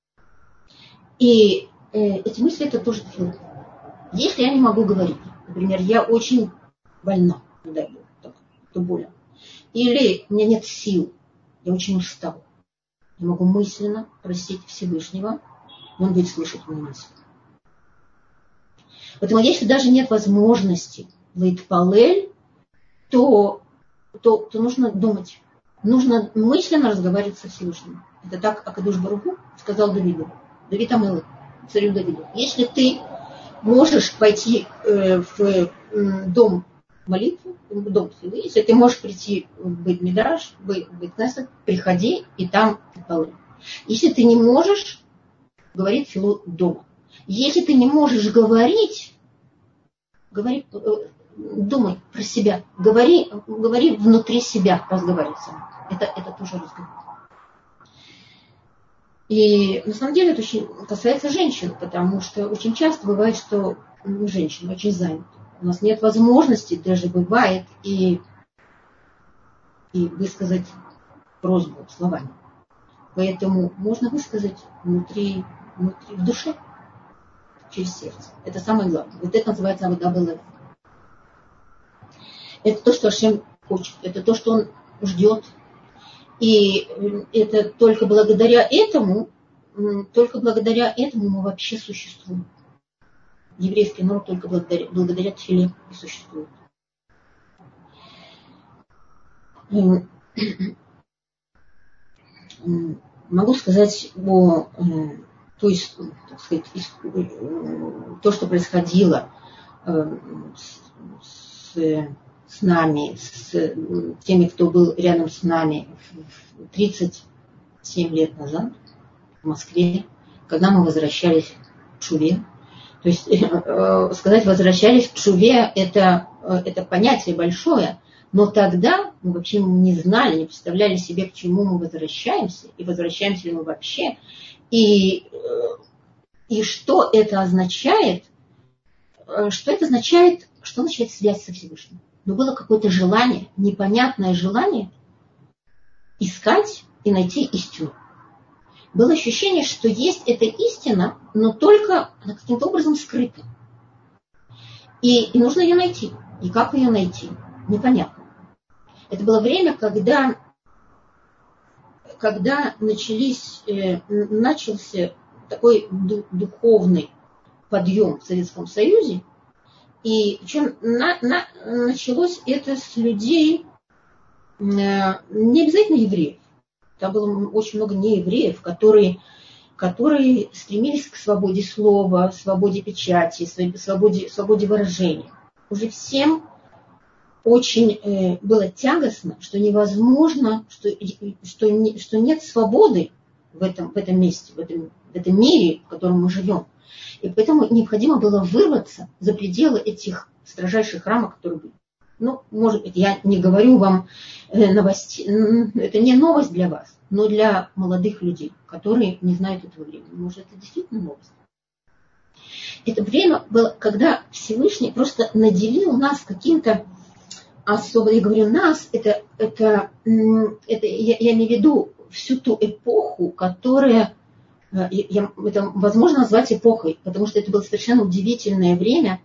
И эти мысли это тоже тфила. Если я не могу говорить, например, я очень больна, дай Бог, то больно. Или у меня нет сил, я очень устал. Я могу мысленно просить Всевышнего, он будет слышать мои мысли. Поэтому если даже нет возможности лейтпалель, то нужно думать. Нужно мысленно разговаривать со Всевышним. Это так Акадош Баруху сказал Давиду. Давид Амелех, царю Давиду. Если ты можешь пойти в дом молитвы, в дом тфилы, если ты можешь прийти в Бейт-Мидраш, в Бейт-Кнесет, приходи и там лейтпалель. Если ты не можешь, говори тфилу дома. Если ты не можешь говорить, думай про себя, говори внутри себя, разговаривай сам. Это тоже разговор. И на самом деле это очень касается женщин, потому что очень часто бывает, что женщины очень заняты. У нас нет возможности, даже бывает, и высказать просьбу словами. Поэтому можно высказать внутри в душе, через сердце. Это самое главное. Вот это называется авода бэлэф. Это то, что Ашем хочет. Это то, что он ждет. И это только благодаря этому мы вообще существуем. еврейский народ только благодаря тфиле и существует. Могу сказать о то, что происходило с нами, с теми, кто был рядом с нами 37 лет назад в Москве, когда мы возвращались к Тшуве. То есть сказать «возвращались к Тшуве» это понятие большое, но тогда мы вообще не знали, не представляли себе, к чему мы возвращаемся, и возвращаемся ли мы вообще, и что это означает, что означает связь со Всевышним. Но было какое-то желание, непонятное желание искать и найти истину. Было ощущение, что есть эта истина, но только она каким-то образом скрыта. И нужно ее найти. И как ее найти? Непонятно. Это было время, когда начался такой духовный подъем в Советском Союзе. И причем началось это с людей, не обязательно евреев. Там было очень много неевреев, которые стремились к свободе слова, свободе печати, свободе выражения. Уже всем очень было тягостно, что невозможно, что нет свободы в этом месте, в этом мире, в котором мы живем. И поэтому необходимо было вырваться за пределы этих строжайших рамок, которые были. Ну, может быть, я не говорю вам новостей, это не новость для вас, но для молодых людей, которые не знают этого времени. Может, это действительно новость. Это время было, когда Всевышний просто наделил нас каким-то особо, я говорю нас, это я имею в виду всю ту эпоху, которая, это возможно назвать эпохой, потому что это было совершенно удивительное время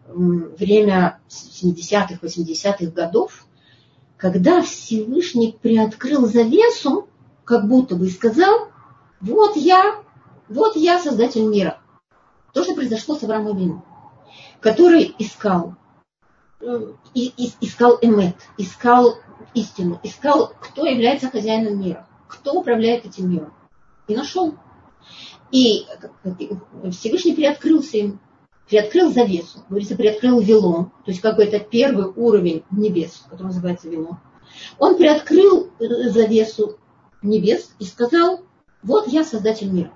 70-х, 80-х годов, когда Всевышний приоткрыл завесу, как будто бы и сказал, вот я создатель мира. То, что произошло с Авраамом Авину, который искал эмет, искал истину, искал, кто является хозяином мира, кто управляет этим миром. И нашел. И Всевышний приоткрылся им, приоткрыл завесу, говорится, приоткрыл вилон, то есть какой-то первый уровень небес, который называется вилон. Он приоткрыл завесу небес и сказал, вот я создатель мира.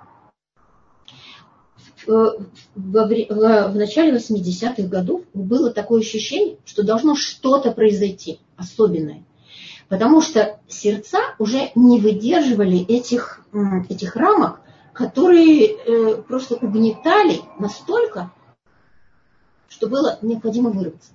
В начале 80-х годов было такое ощущение, что должно что-то произойти особенное. Потому что сердца уже не выдерживали этих рамок, которые просто угнетали настолько, что было необходимо вырваться.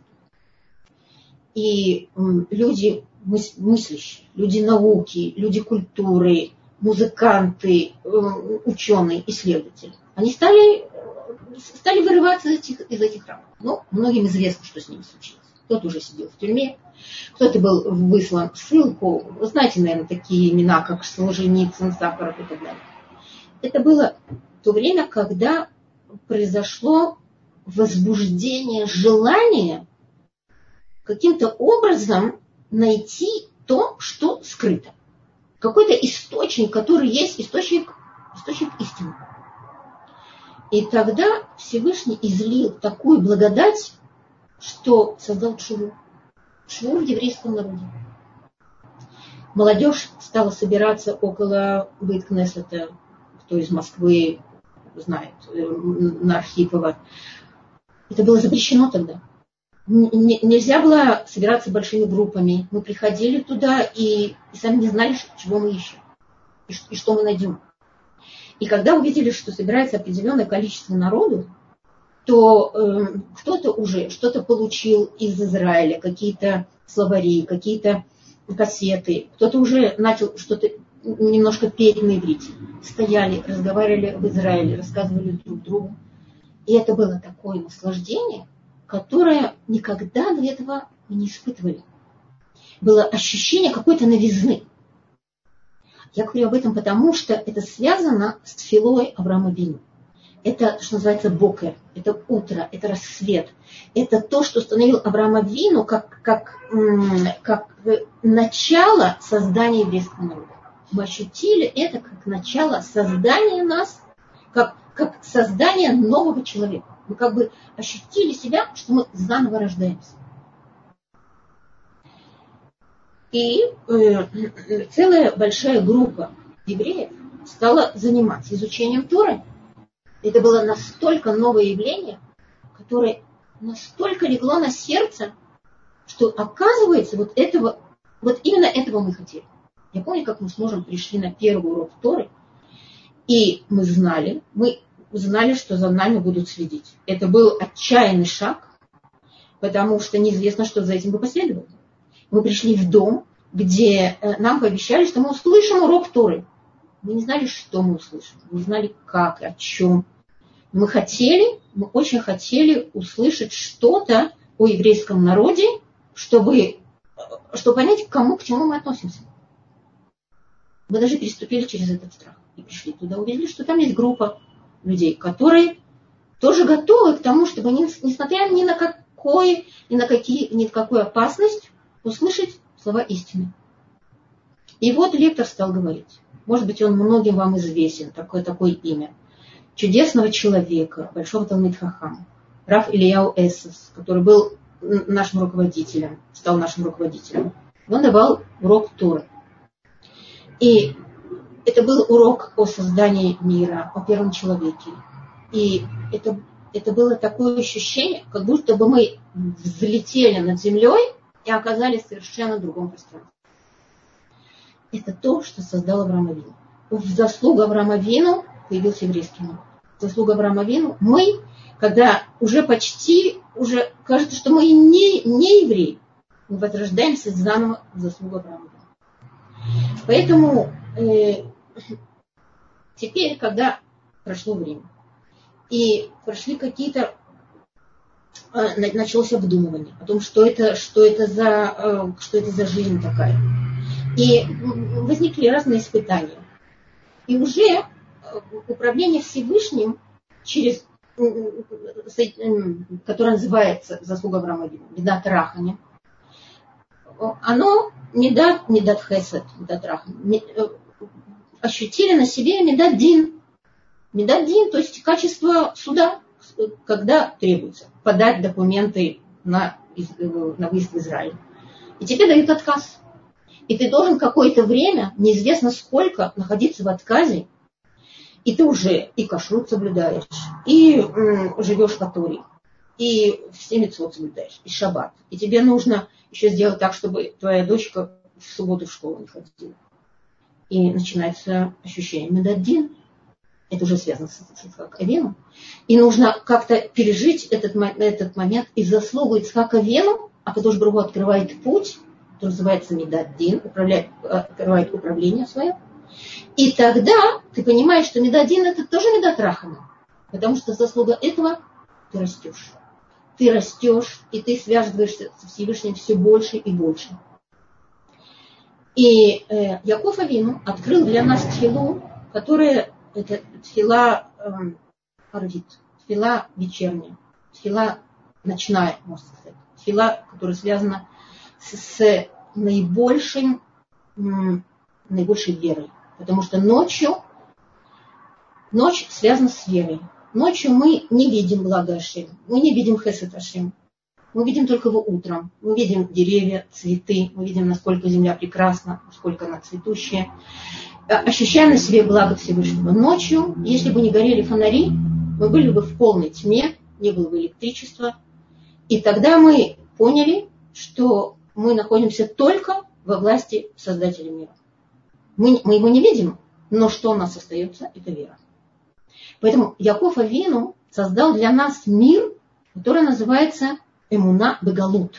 И люди мыслящие, люди науки, люди культуры, музыканты, ученые, исследователи, они стали вырываться из этих рамок. Ну, многим известно, что с ними случилось. Кто-то уже сидел в тюрьме, кто-то был выслан в ссылку. Вы знаете, наверное, такие имена, как Солженицын, Сахаров и так далее. Это было то время, когда произошло возбуждение желания каким-то образом найти то, что скрыто. Какой-то источник, который есть источник истины. И тогда Всевышний излил такую благодать, что создал Тшуву. Тшуву в еврейском народе. Молодежь стала собираться около Бейт-Кнесета, кто из Москвы знает, на Архипова. Это было запрещено тогда. Нельзя было собираться большими группами. Мы приходили туда и сами не знали, чего мы ищем и что мы найдем. И когда увидели, что собирается определенное количество народу, то кто-то уже что-то получил из Израиля, какие-то словари, какие-то кассеты, кто-то уже начал что-то немножко петь на иврите. Стояли, разговаривали в Израиле, рассказывали друг другу. И это было такое наслаждение, которое никогда до этого мы не испытывали. Было ощущение какой-то новизны. Я говорю об этом потому, что это связано с тфилой Авраама Авину. это, что называется, бокер, это утро, это рассвет. Это то, что установил Авраам Авину как начало создания еврейского народа. Мы ощутили это как начало создания нас, как создание нового человека. Мы как бы ощутили себя, что мы заново рождаемся. И целая большая группа евреев стала заниматься изучением Торы. Это было настолько новое явление, которое настолько легло на сердце, что оказывается вот именно этого мы хотели. Я помню, как мы с мужем пришли на первый урок Торы, и мы знали, что за нами будут следить. Это был отчаянный шаг, потому что неизвестно, что за этим бы последовало. Мы пришли в дом, где нам пообещали, что мы услышим урок Торы. Мы не знали, что мы услышим, мы не знали, как, о чем. Мы очень хотели услышать что-то о еврейском народе, чтобы понять, к чему мы относимся. Мы даже переступили через этот страх и пришли туда, увидели, что там есть группа людей, которые тоже готовы к тому, чтобы, несмотря ни на какую опасность, услышать слова истины. И вот лектор стал говорить. Может быть, он многим вам известен, такое имя. Чудесного человека, большого талмид хахама, Рав Ильяу Эссес, который был нашим руководителем, стал нашим руководителем. Он давал урок Торы. И это был урок о создании мира, о первом человеке. И это было такое ощущение, как будто бы мы взлетели над землей и оказались в совершенно другом пространстве. Это то, что создал Авраам Авину. В заслугу Авраама Авину появился еврейский народ. В заслугу Авраама Авину мы, когда уже кажется, что мы не евреи, мы возрождаемся заново в заслугу Авраама Авину. Поэтому теперь, когда прошло время, и прошли началось обдумывание о том, что это за жизнь такая. И возникли разные испытания. И уже управление Всевышним, которое называется заслуга Авраама Авину, Медат Рахами, оно Медат Хесед, Медат Рахами, ощутили на себе Медат Дин. Медат Дин, то есть качество суда, когда требуется подать документы на выезд в Израиль. И тебе дают отказ. И ты должен какое-то время, неизвестно сколько, находиться в отказе. И ты уже и кашрут соблюдаешь, и живешь в Торе, и все мицвот соблюдаешь, и шаббат. И тебе нужно еще сделать так, чтобы твоя дочка в субботу в школу не ходила. И начинается ощущение Медат Дин. Это уже связано с Ицхак Авину. И нужно как-то пережить этот момент. И заслугу Ицхака Авину, а Кадош Барух Ху открывает путь, который называется Медат Дин, открывает управление свое. И тогда ты понимаешь, что Медат Дин это тоже Медат Рахама. Потому что заслуга этого ты растешь. Ты растешь, и ты связываешься со Всевышним все больше и больше. И Яков Авину открыл для нас тфилу, которая это тфила арвит, тфила вечерняя, тфила ночная, можно сказать. Тфила, которая связана с наибольшей верой. Потому что ночь связана с верой. Ночью мы не видим благо Ашем, мы не видим хесед Ашем. Мы видим только его утром. Мы видим деревья, цветы, мы видим, насколько земля прекрасна, насколько она цветущая. Ощущаем на себе благо Всевышнего. Ночью, если бы не горели фонари, мы были бы в полной тьме, не было бы электричества. И тогда мы поняли, что мы находимся только во власти Создателя мира. Мы его не видим, но что у нас остается, это вера. Поэтому Яков Авину создал для нас мир, который называется Эмуна Бегалут.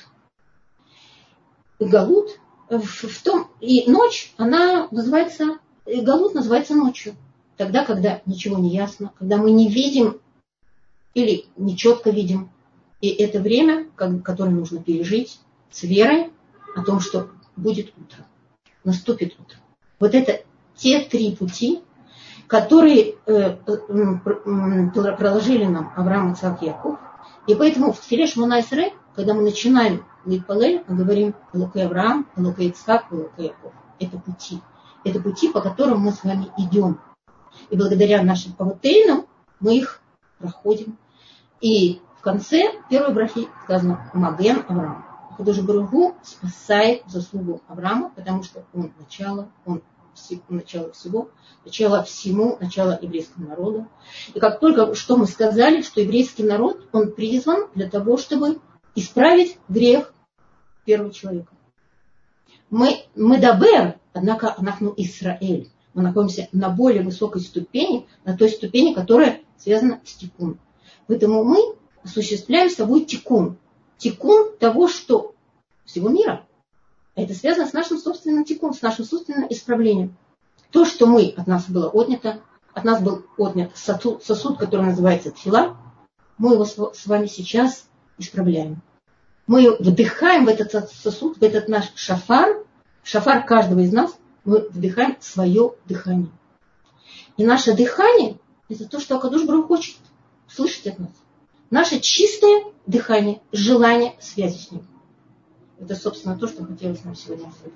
Галут и ночь, Галут называется ночью. Тогда, когда ничего не ясно, когда мы не видим или нечетко видим. И это время, которое нужно пережить с верой о том, что будет утро, наступит утро. Вот это те три пути. которые проложили нам Авраам, Ицхак и Яков. И поэтому в Тфиле Шмона Исрей, когда мы начинаем Литпалель, мы говорим Элокей Авраам, Элокей Ицхак, Элокей Яков. Это пути. Это пути, по которым мы с вами идем. И благодаря нашим авотейнам мы их проходим. И в конце первой брахи сказано Маген Авраам. Кадош Барух Ху спасает заслугу Авраама, потому что он начало всего, начало всему, начало еврейскому народу. И как только что мы сказали, что еврейский народ, он призван для того, чтобы исправить грех первого человека. Мы дабер, однако анахну Исраэль. Мы находимся на более высокой ступени, на той ступени, которая связана с тикун. Поэтому мы осуществляем с собой тикун. Тикун того, что всего мира. Это связано с нашим собственным тикун, с нашим собственным исправлением. То, что от нас было отнято, от нас был отнят сосуд, который называется тфила, мы его с вами сейчас исправляем. Мы вдыхаем в этот сосуд, в этот наш шафар каждого из нас, мы вдыхаем свое дыхание. И наше дыхание – это то, что Акадош Барух хочет слышать от нас. Наше чистое дыхание, желание связи с ним. Это, собственно, то, что хотелось нам сегодня сказать.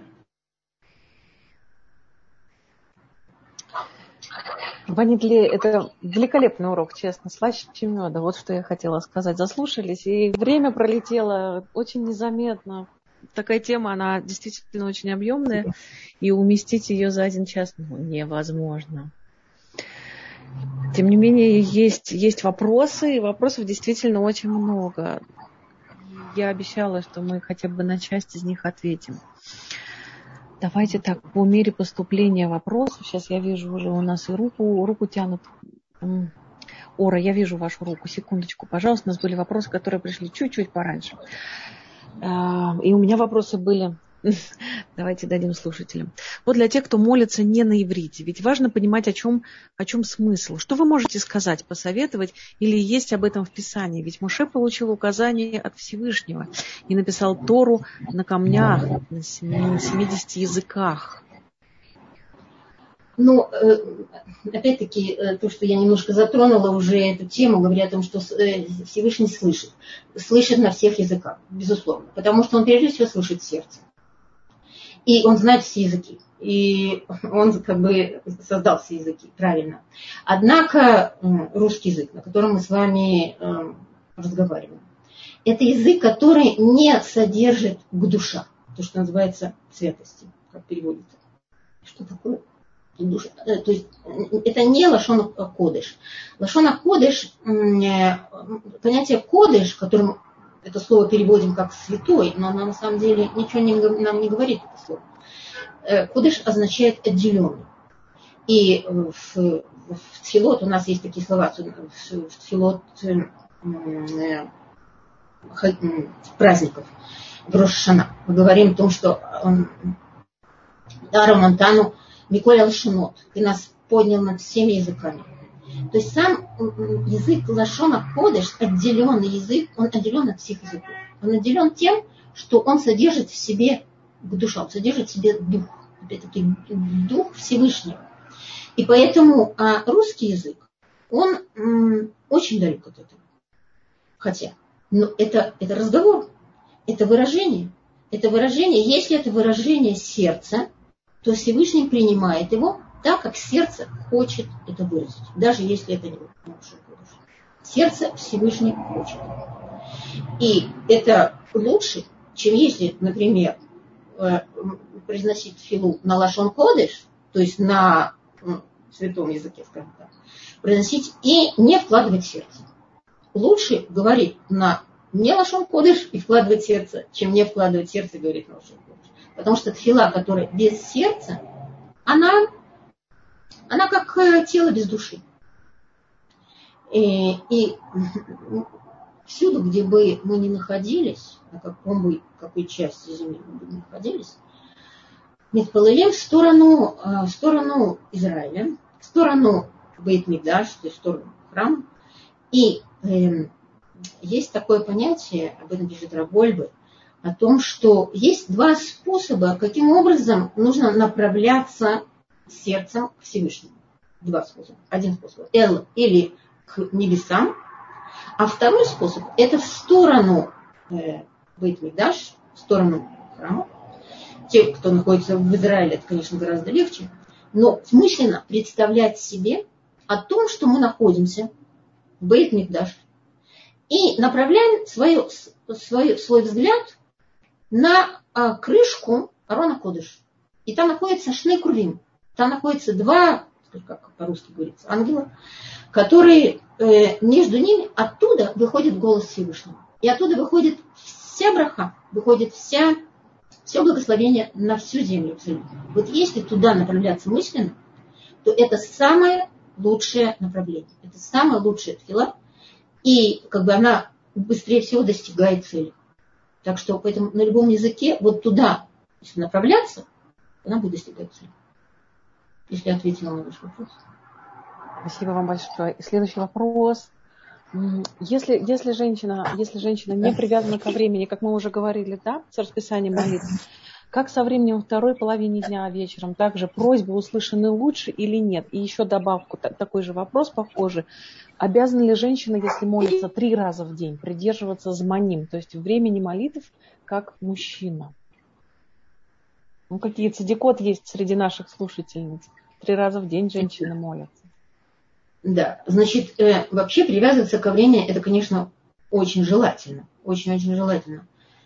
Ванидли, это великолепный урок, честно, слаще, чем меда. Вот что я хотела сказать. Заслушались, и время пролетело очень незаметно. Такая тема, она действительно очень объемная, и уместить ее за один час невозможно. Тем не менее, есть вопросы, и вопросов действительно очень много. Я обещала, что мы хотя бы на часть из них ответим. Давайте так, по мере поступления вопросов, сейчас я вижу уже у нас и руку тянут. Ора, я вижу вашу руку, секундочку, пожалуйста. У нас были вопросы, которые пришли чуть-чуть пораньше. И у меня вопросы были. Давайте дадим слушателям. Вот для тех, кто молится не на иврите, ведь важно понимать, о чем смысл. Что вы можете сказать, посоветовать, или есть об этом в Писании? Ведь Моше получил указание от Всевышнего и написал Тору на камнях, на 70 языках. Ну, опять-таки, то, что я немножко затронула уже эту тему, говоря о том, что Всевышний слышит на всех языках, безусловно, потому что он прежде всего слышит сердце. И он знает все языки. И он как бы создал все языки, правильно. Однако русский язык, на котором мы с вами разговариваем, это язык, который не содержит гдуша, то, что называется святости, как переводится. Что такое душа? То есть это не лашон кодеш. Лашон кодеш, понятие кодеш, которым это слово переводим как святой, но оно на самом деле ничего нам не говорит, это слово. Кодеш означает отделенный. И в тфилот у нас есть такие слова, в тфилот праздников, в Рош ха-Шана. Мы говорим о том, что Даром Антану Миколь Алшинот, ты нас поднял над всеми языками. То есть сам язык лашона кодеш, отделенный язык, он отделен от всех языков. Он отделен тем, что он содержит в себе душу, он содержит в себе дух. Опять-таки, дух Всевышнего. И поэтому русский язык, он очень далек от этого. Хотя, но это разговор, это выражение. Это выражение, если это выражение сердца, то Всевышний принимает его так, как сердце хочет это выразить. Даже если это не лашон кодеш. Сердце Всевышний хочет. И это лучше, чем если, например, произносить филу на лашон кодеш, то есть на святом языке, скажем так, произносить и не вкладывать сердце. Лучше говорить на не лашон кодеш и вкладывать сердце, чем не вкладывать сердце и говорить на лашон кодеш. Потому что тфила, которая без сердца, она как тело без души. И всюду, где бы мы ни находились, на какой части земли мы бы ни находились, мы плывем в сторону Израиля, в сторону Бейт-Микдаш, то есть в сторону храма. И есть такое понятие, об этом пишет Рав Вольбе, о том, что есть два способа, каким образом нужно направляться сердцем к Всевышнему. два способа. Один способ или к небесам, а второй способ это в сторону Бейт-Микдаш, в сторону храма. Те, кто находится в Израиле, это, конечно, гораздо легче, но мысленно представлять себе о том, что мы находимся в Бейт-Микдаш, и направляем свой взгляд на крышку Арона Кодыш. И там находится Шней Крувим. Там находится два, как по-русски говорится, ангела, которые между ними, оттуда выходит голос Всевышнего. И оттуда выходит вся браха, выходит все благословение на всю землю абсолютно. Вот если туда направляться мысленно, то это самое лучшее направление. Это самая лучшая тфила. И как бы она быстрее всего достигает цели. Так что поэтому на любом языке вот туда, если направляться, она будет достигать цели. Если я ответила на ваш вопрос. Спасибо вам большое. И следующий вопрос. Если женщина не привязана ко времени, как мы уже говорили, да, с расписанием молитв, как со временем второй половины дня вечером, также просьбы услышаны лучше или нет? И еще добавку, такой же вопрос похожий. Обязана ли женщина, если молится 3 раза в день, придерживаться зманим, то есть времени молитв, как мужчина? Ну, какие цадикот есть среди наших слушательниц? 3 раза в день женщины молятся. Да, значит, вообще привязываться ко времени, это, конечно, очень желательно. Очень-очень желательно.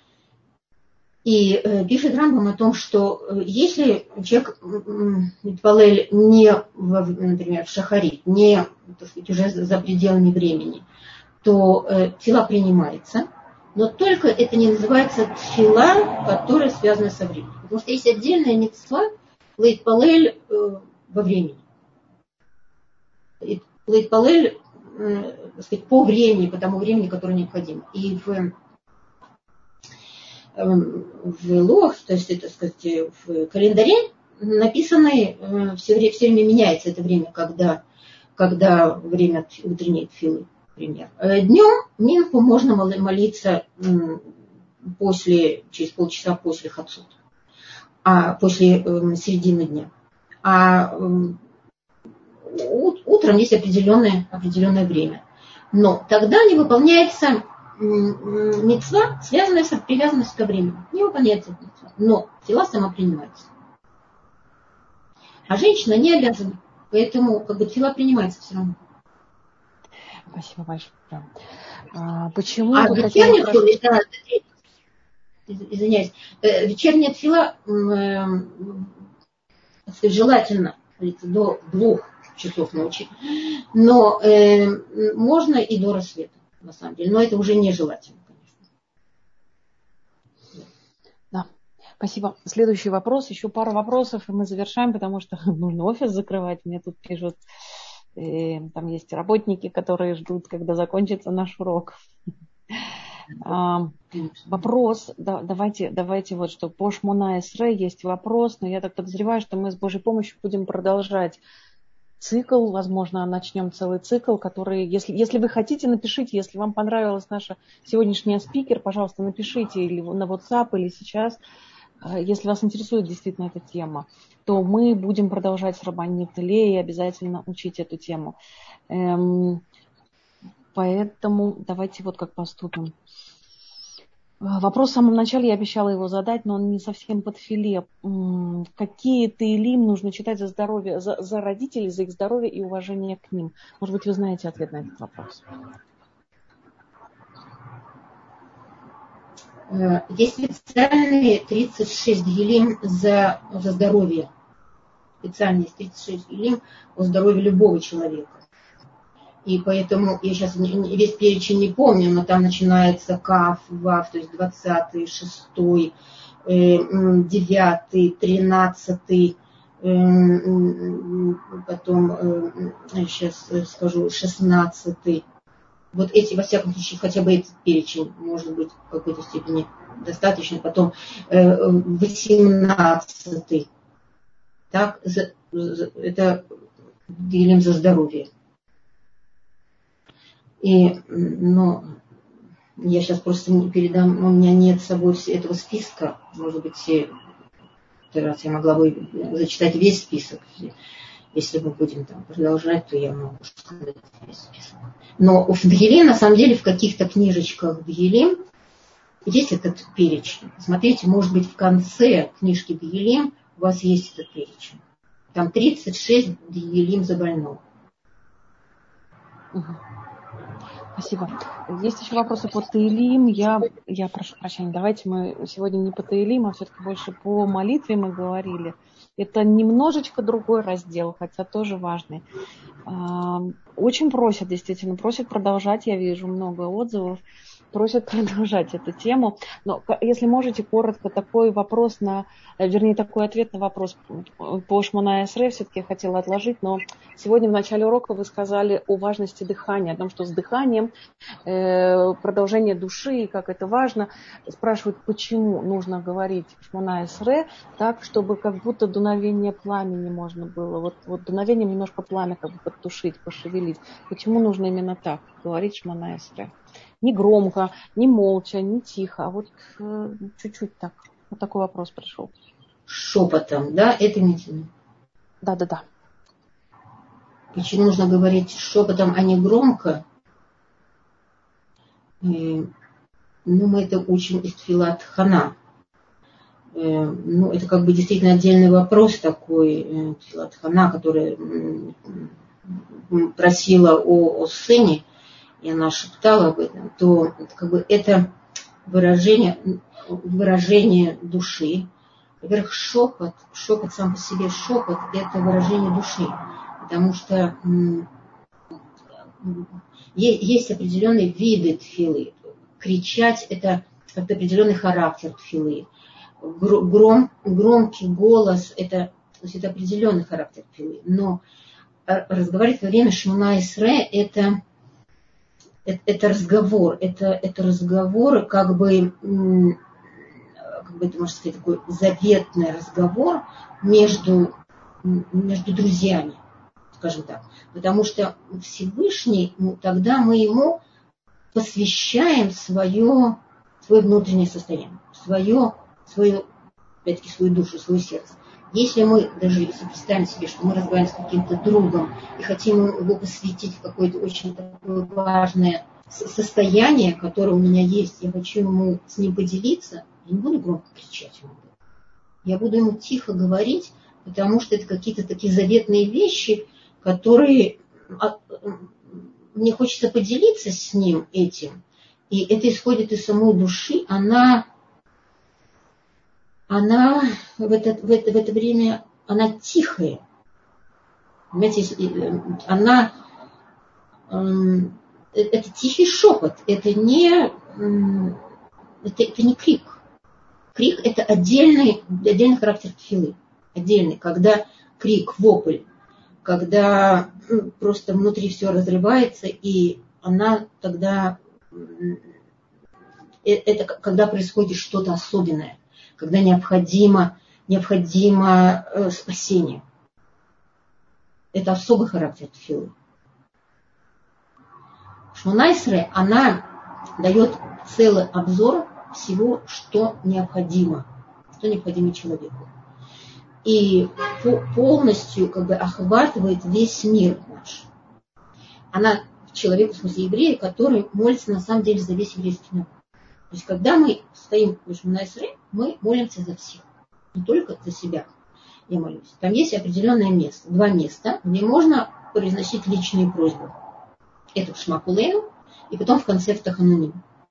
И пишет Рамбам о том, что если человек Митпалель не, например, в шахарит, не, так сказать, уже за пределами времени, то тфила принимается, но только это не называется тфила, которая связана со временем. Потому что есть отдельная мицва Митпалель во времени. Митпалель, так сказать, по времени, по тому времени, которое необходимо. И в лох, то есть, так сказать, в календаре написано, все время меняется это время, когда время утренней тфилы, например. Днем минху можно молиться через полчаса после хацут, после середины дня. А утром есть определенное время. Но тогда не выполняется мицва, связанная с привязанностью ко времени. Не выполняется мицва, но тфила сама принимается. А женщина не обязана, поэтому как бы тфила принимается все равно. Спасибо большое. Почему? Вечерняя тфила, извиняюсь, вечерняя тфила желательно до 2 часов ночи, но можно и до рассвета. На самом деле, но это уже нежелательно, конечно. Да, спасибо. Следующий вопрос, еще пару вопросов, и мы завершаем, потому что нужно офис закрывать. Мне тут пишут, там есть работники, которые ждут, когда закончится наш урок. Вопрос, давайте вот, что по Шмона Эсрей есть вопрос, но я так подозреваю, что мы с Божьей помощью будем продолжать цикл, возможно, начнем целый цикл, который, если вы хотите, напишите, если вам понравилась наша сегодняшняя спикер, пожалуйста, напишите или на WhatsApp, или сейчас, если вас интересует действительно эта тема, то мы будем продолжать с Рабанит Леей и обязательно учить эту тему. Поэтому давайте вот как поступим. Вопрос в самом начале, я обещала его задать, но он не совсем под филе. Какие теилим нужно читать за здоровье, за родителей, за их здоровье и уважение к ним? Может быть, вы знаете ответ на этот вопрос. Есть специальные 36 гилим за здоровье. Специальные 36 гилим о здоровье любого человека. И поэтому я сейчас весь перечень не помню, но там начинается Каф, Вав, то есть 20-й, 6-й, 9-й, 13-й, потом, сейчас скажу, 16-й. Вот эти, во всяком случае, хотя бы этот перечень может быть в какой-то степени достаточно. Потом 18-й. Так, это делим за здоровье. Но я сейчас просто не передам, у меня нет с собой этого списка. Может быть, раз я могла бы зачитать весь список. Если мы будем там продолжать, то я могу сказать весь список. Но в Тегилим, на самом деле, в каких-то книжечках Тегилим есть этот перечень. Смотрите, может быть, в конце книжки Тегилим у вас есть этот перечень. Там 36 Тегилим за больного. Спасибо. Есть еще вопросы по Теилим. Я прошу прощения, давайте мы сегодня не по Теилим, а все-таки больше по молитве мы говорили. Это немножечко другой раздел, хотя тоже важный. Очень просят, действительно, просят продолжать, я вижу много отзывов, просят продолжать эту тему. Но если можете, коротко такой вопрос такой ответ на вопрос по Шмона Эсре все-таки я хотела отложить, но сегодня в начале урока вы сказали о важности дыхания, о том, что с дыханием продолжение души, и как это важно. Спрашивают, почему нужно говорить Шмона Эсре так, чтобы как будто дуновение пламени можно было, вот дуновением немножко пламя как бы подтушить, пошевелить. Почему нужно именно так говорить Шмона Эсре? Не громко, не молча, не тихо, а вот чуть-чуть так. Вот такой вопрос пришел. Шепотом, да? Это не тяну. Да. Почему нужно говорить шепотом, а не громко? Мы это учим из Тфилат Хана. Это как бы действительно отдельный вопрос такой. Тфилат Хана, которая просила о сыне, и она шептала об этом, то как бы это выражение души. Во-первых, шепот сам по себе шепот – это выражение души, потому что есть определенные виды тфилы. Кричать – это определенный характер тфилы. Громкий голос – это определенный характер тфилы. Но разговаривать во время Шмона Эсре – это разговор, это разговор, как бы это, можно сказать, такой заветный разговор между друзьями, скажем так. Потому что Всевышний, тогда мы ему посвящаем свое внутреннее состояние, свою душу, свое сердце. Если мы, даже если представим себе, что мы разговариваем с каким-то другом и хотим его посвятить в какое-то очень такое важное состояние, которое у меня есть, я хочу ему с ним поделиться, я не буду громко кричать ему. Я буду ему тихо говорить, потому что это какие-то такие заветные вещи, которые мне хочется поделиться с ним этим. И это исходит из самой души, она в это время, она тихая. Понимаете, это тихий шепот, это не крик. Крик – это отдельный характер тфилы. Отдельный, когда крик, вопль, когда просто внутри все разрывается, и она тогда, это когда происходит что-то особенное, когда необходимо спасение. Это особый характер тфилы. Шмона Эсре, она дает целый обзор всего, что необходимо человеку. И полностью как бы охватывает весь мир наш. Она человеку, в смысле еврея, который молится на самом деле за весь еврейский народ. То есть когда мы стоим в Шмона Эсре, мы молимся за всех, не только за себя. Я молюсь. Там есть определенное место, 2 места, где можно произносить личные просьбы. Это в Шма Кулейну, и потом в конце в Тахануним.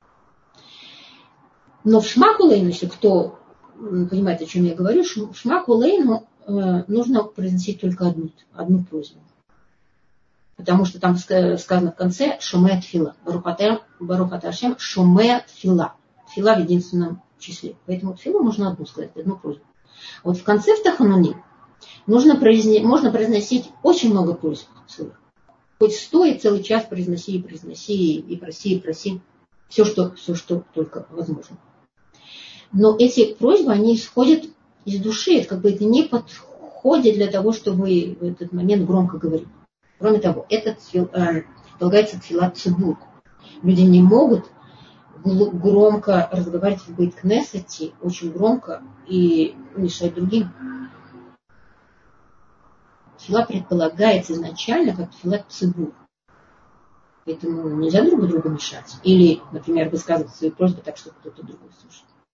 Но в Шма Кулейну, если кто понимает, о чем я говорю, в Шма Кулейну нужно произносить только одну просьбу. Потому что там сказано в конце Шумея Тфила. Барух ата Ашем Шумея Тфила. Тфила в единственном числе. Поэтому Тфилу можно одну сказать, одну просьбу. Вот в конце в Тахануним можно произносить очень много просьб своих. Хоть стоит целый час произноси, и проси. Все, что только возможно. Но эти просьбы, они исходят из души. Это не подходит для того, чтобы в этот момент громко говорить. Кроме того, это полагается тфилат цибур. Люди не могут громко разговаривать в бейт-кнесете, очень громко, и мешать другим. Тфила предполагается изначально как тфилат цибур. Поэтому нельзя друг другу мешать. Или, например, высказывать свои просьбы так, чтобы кто-то другой слушал.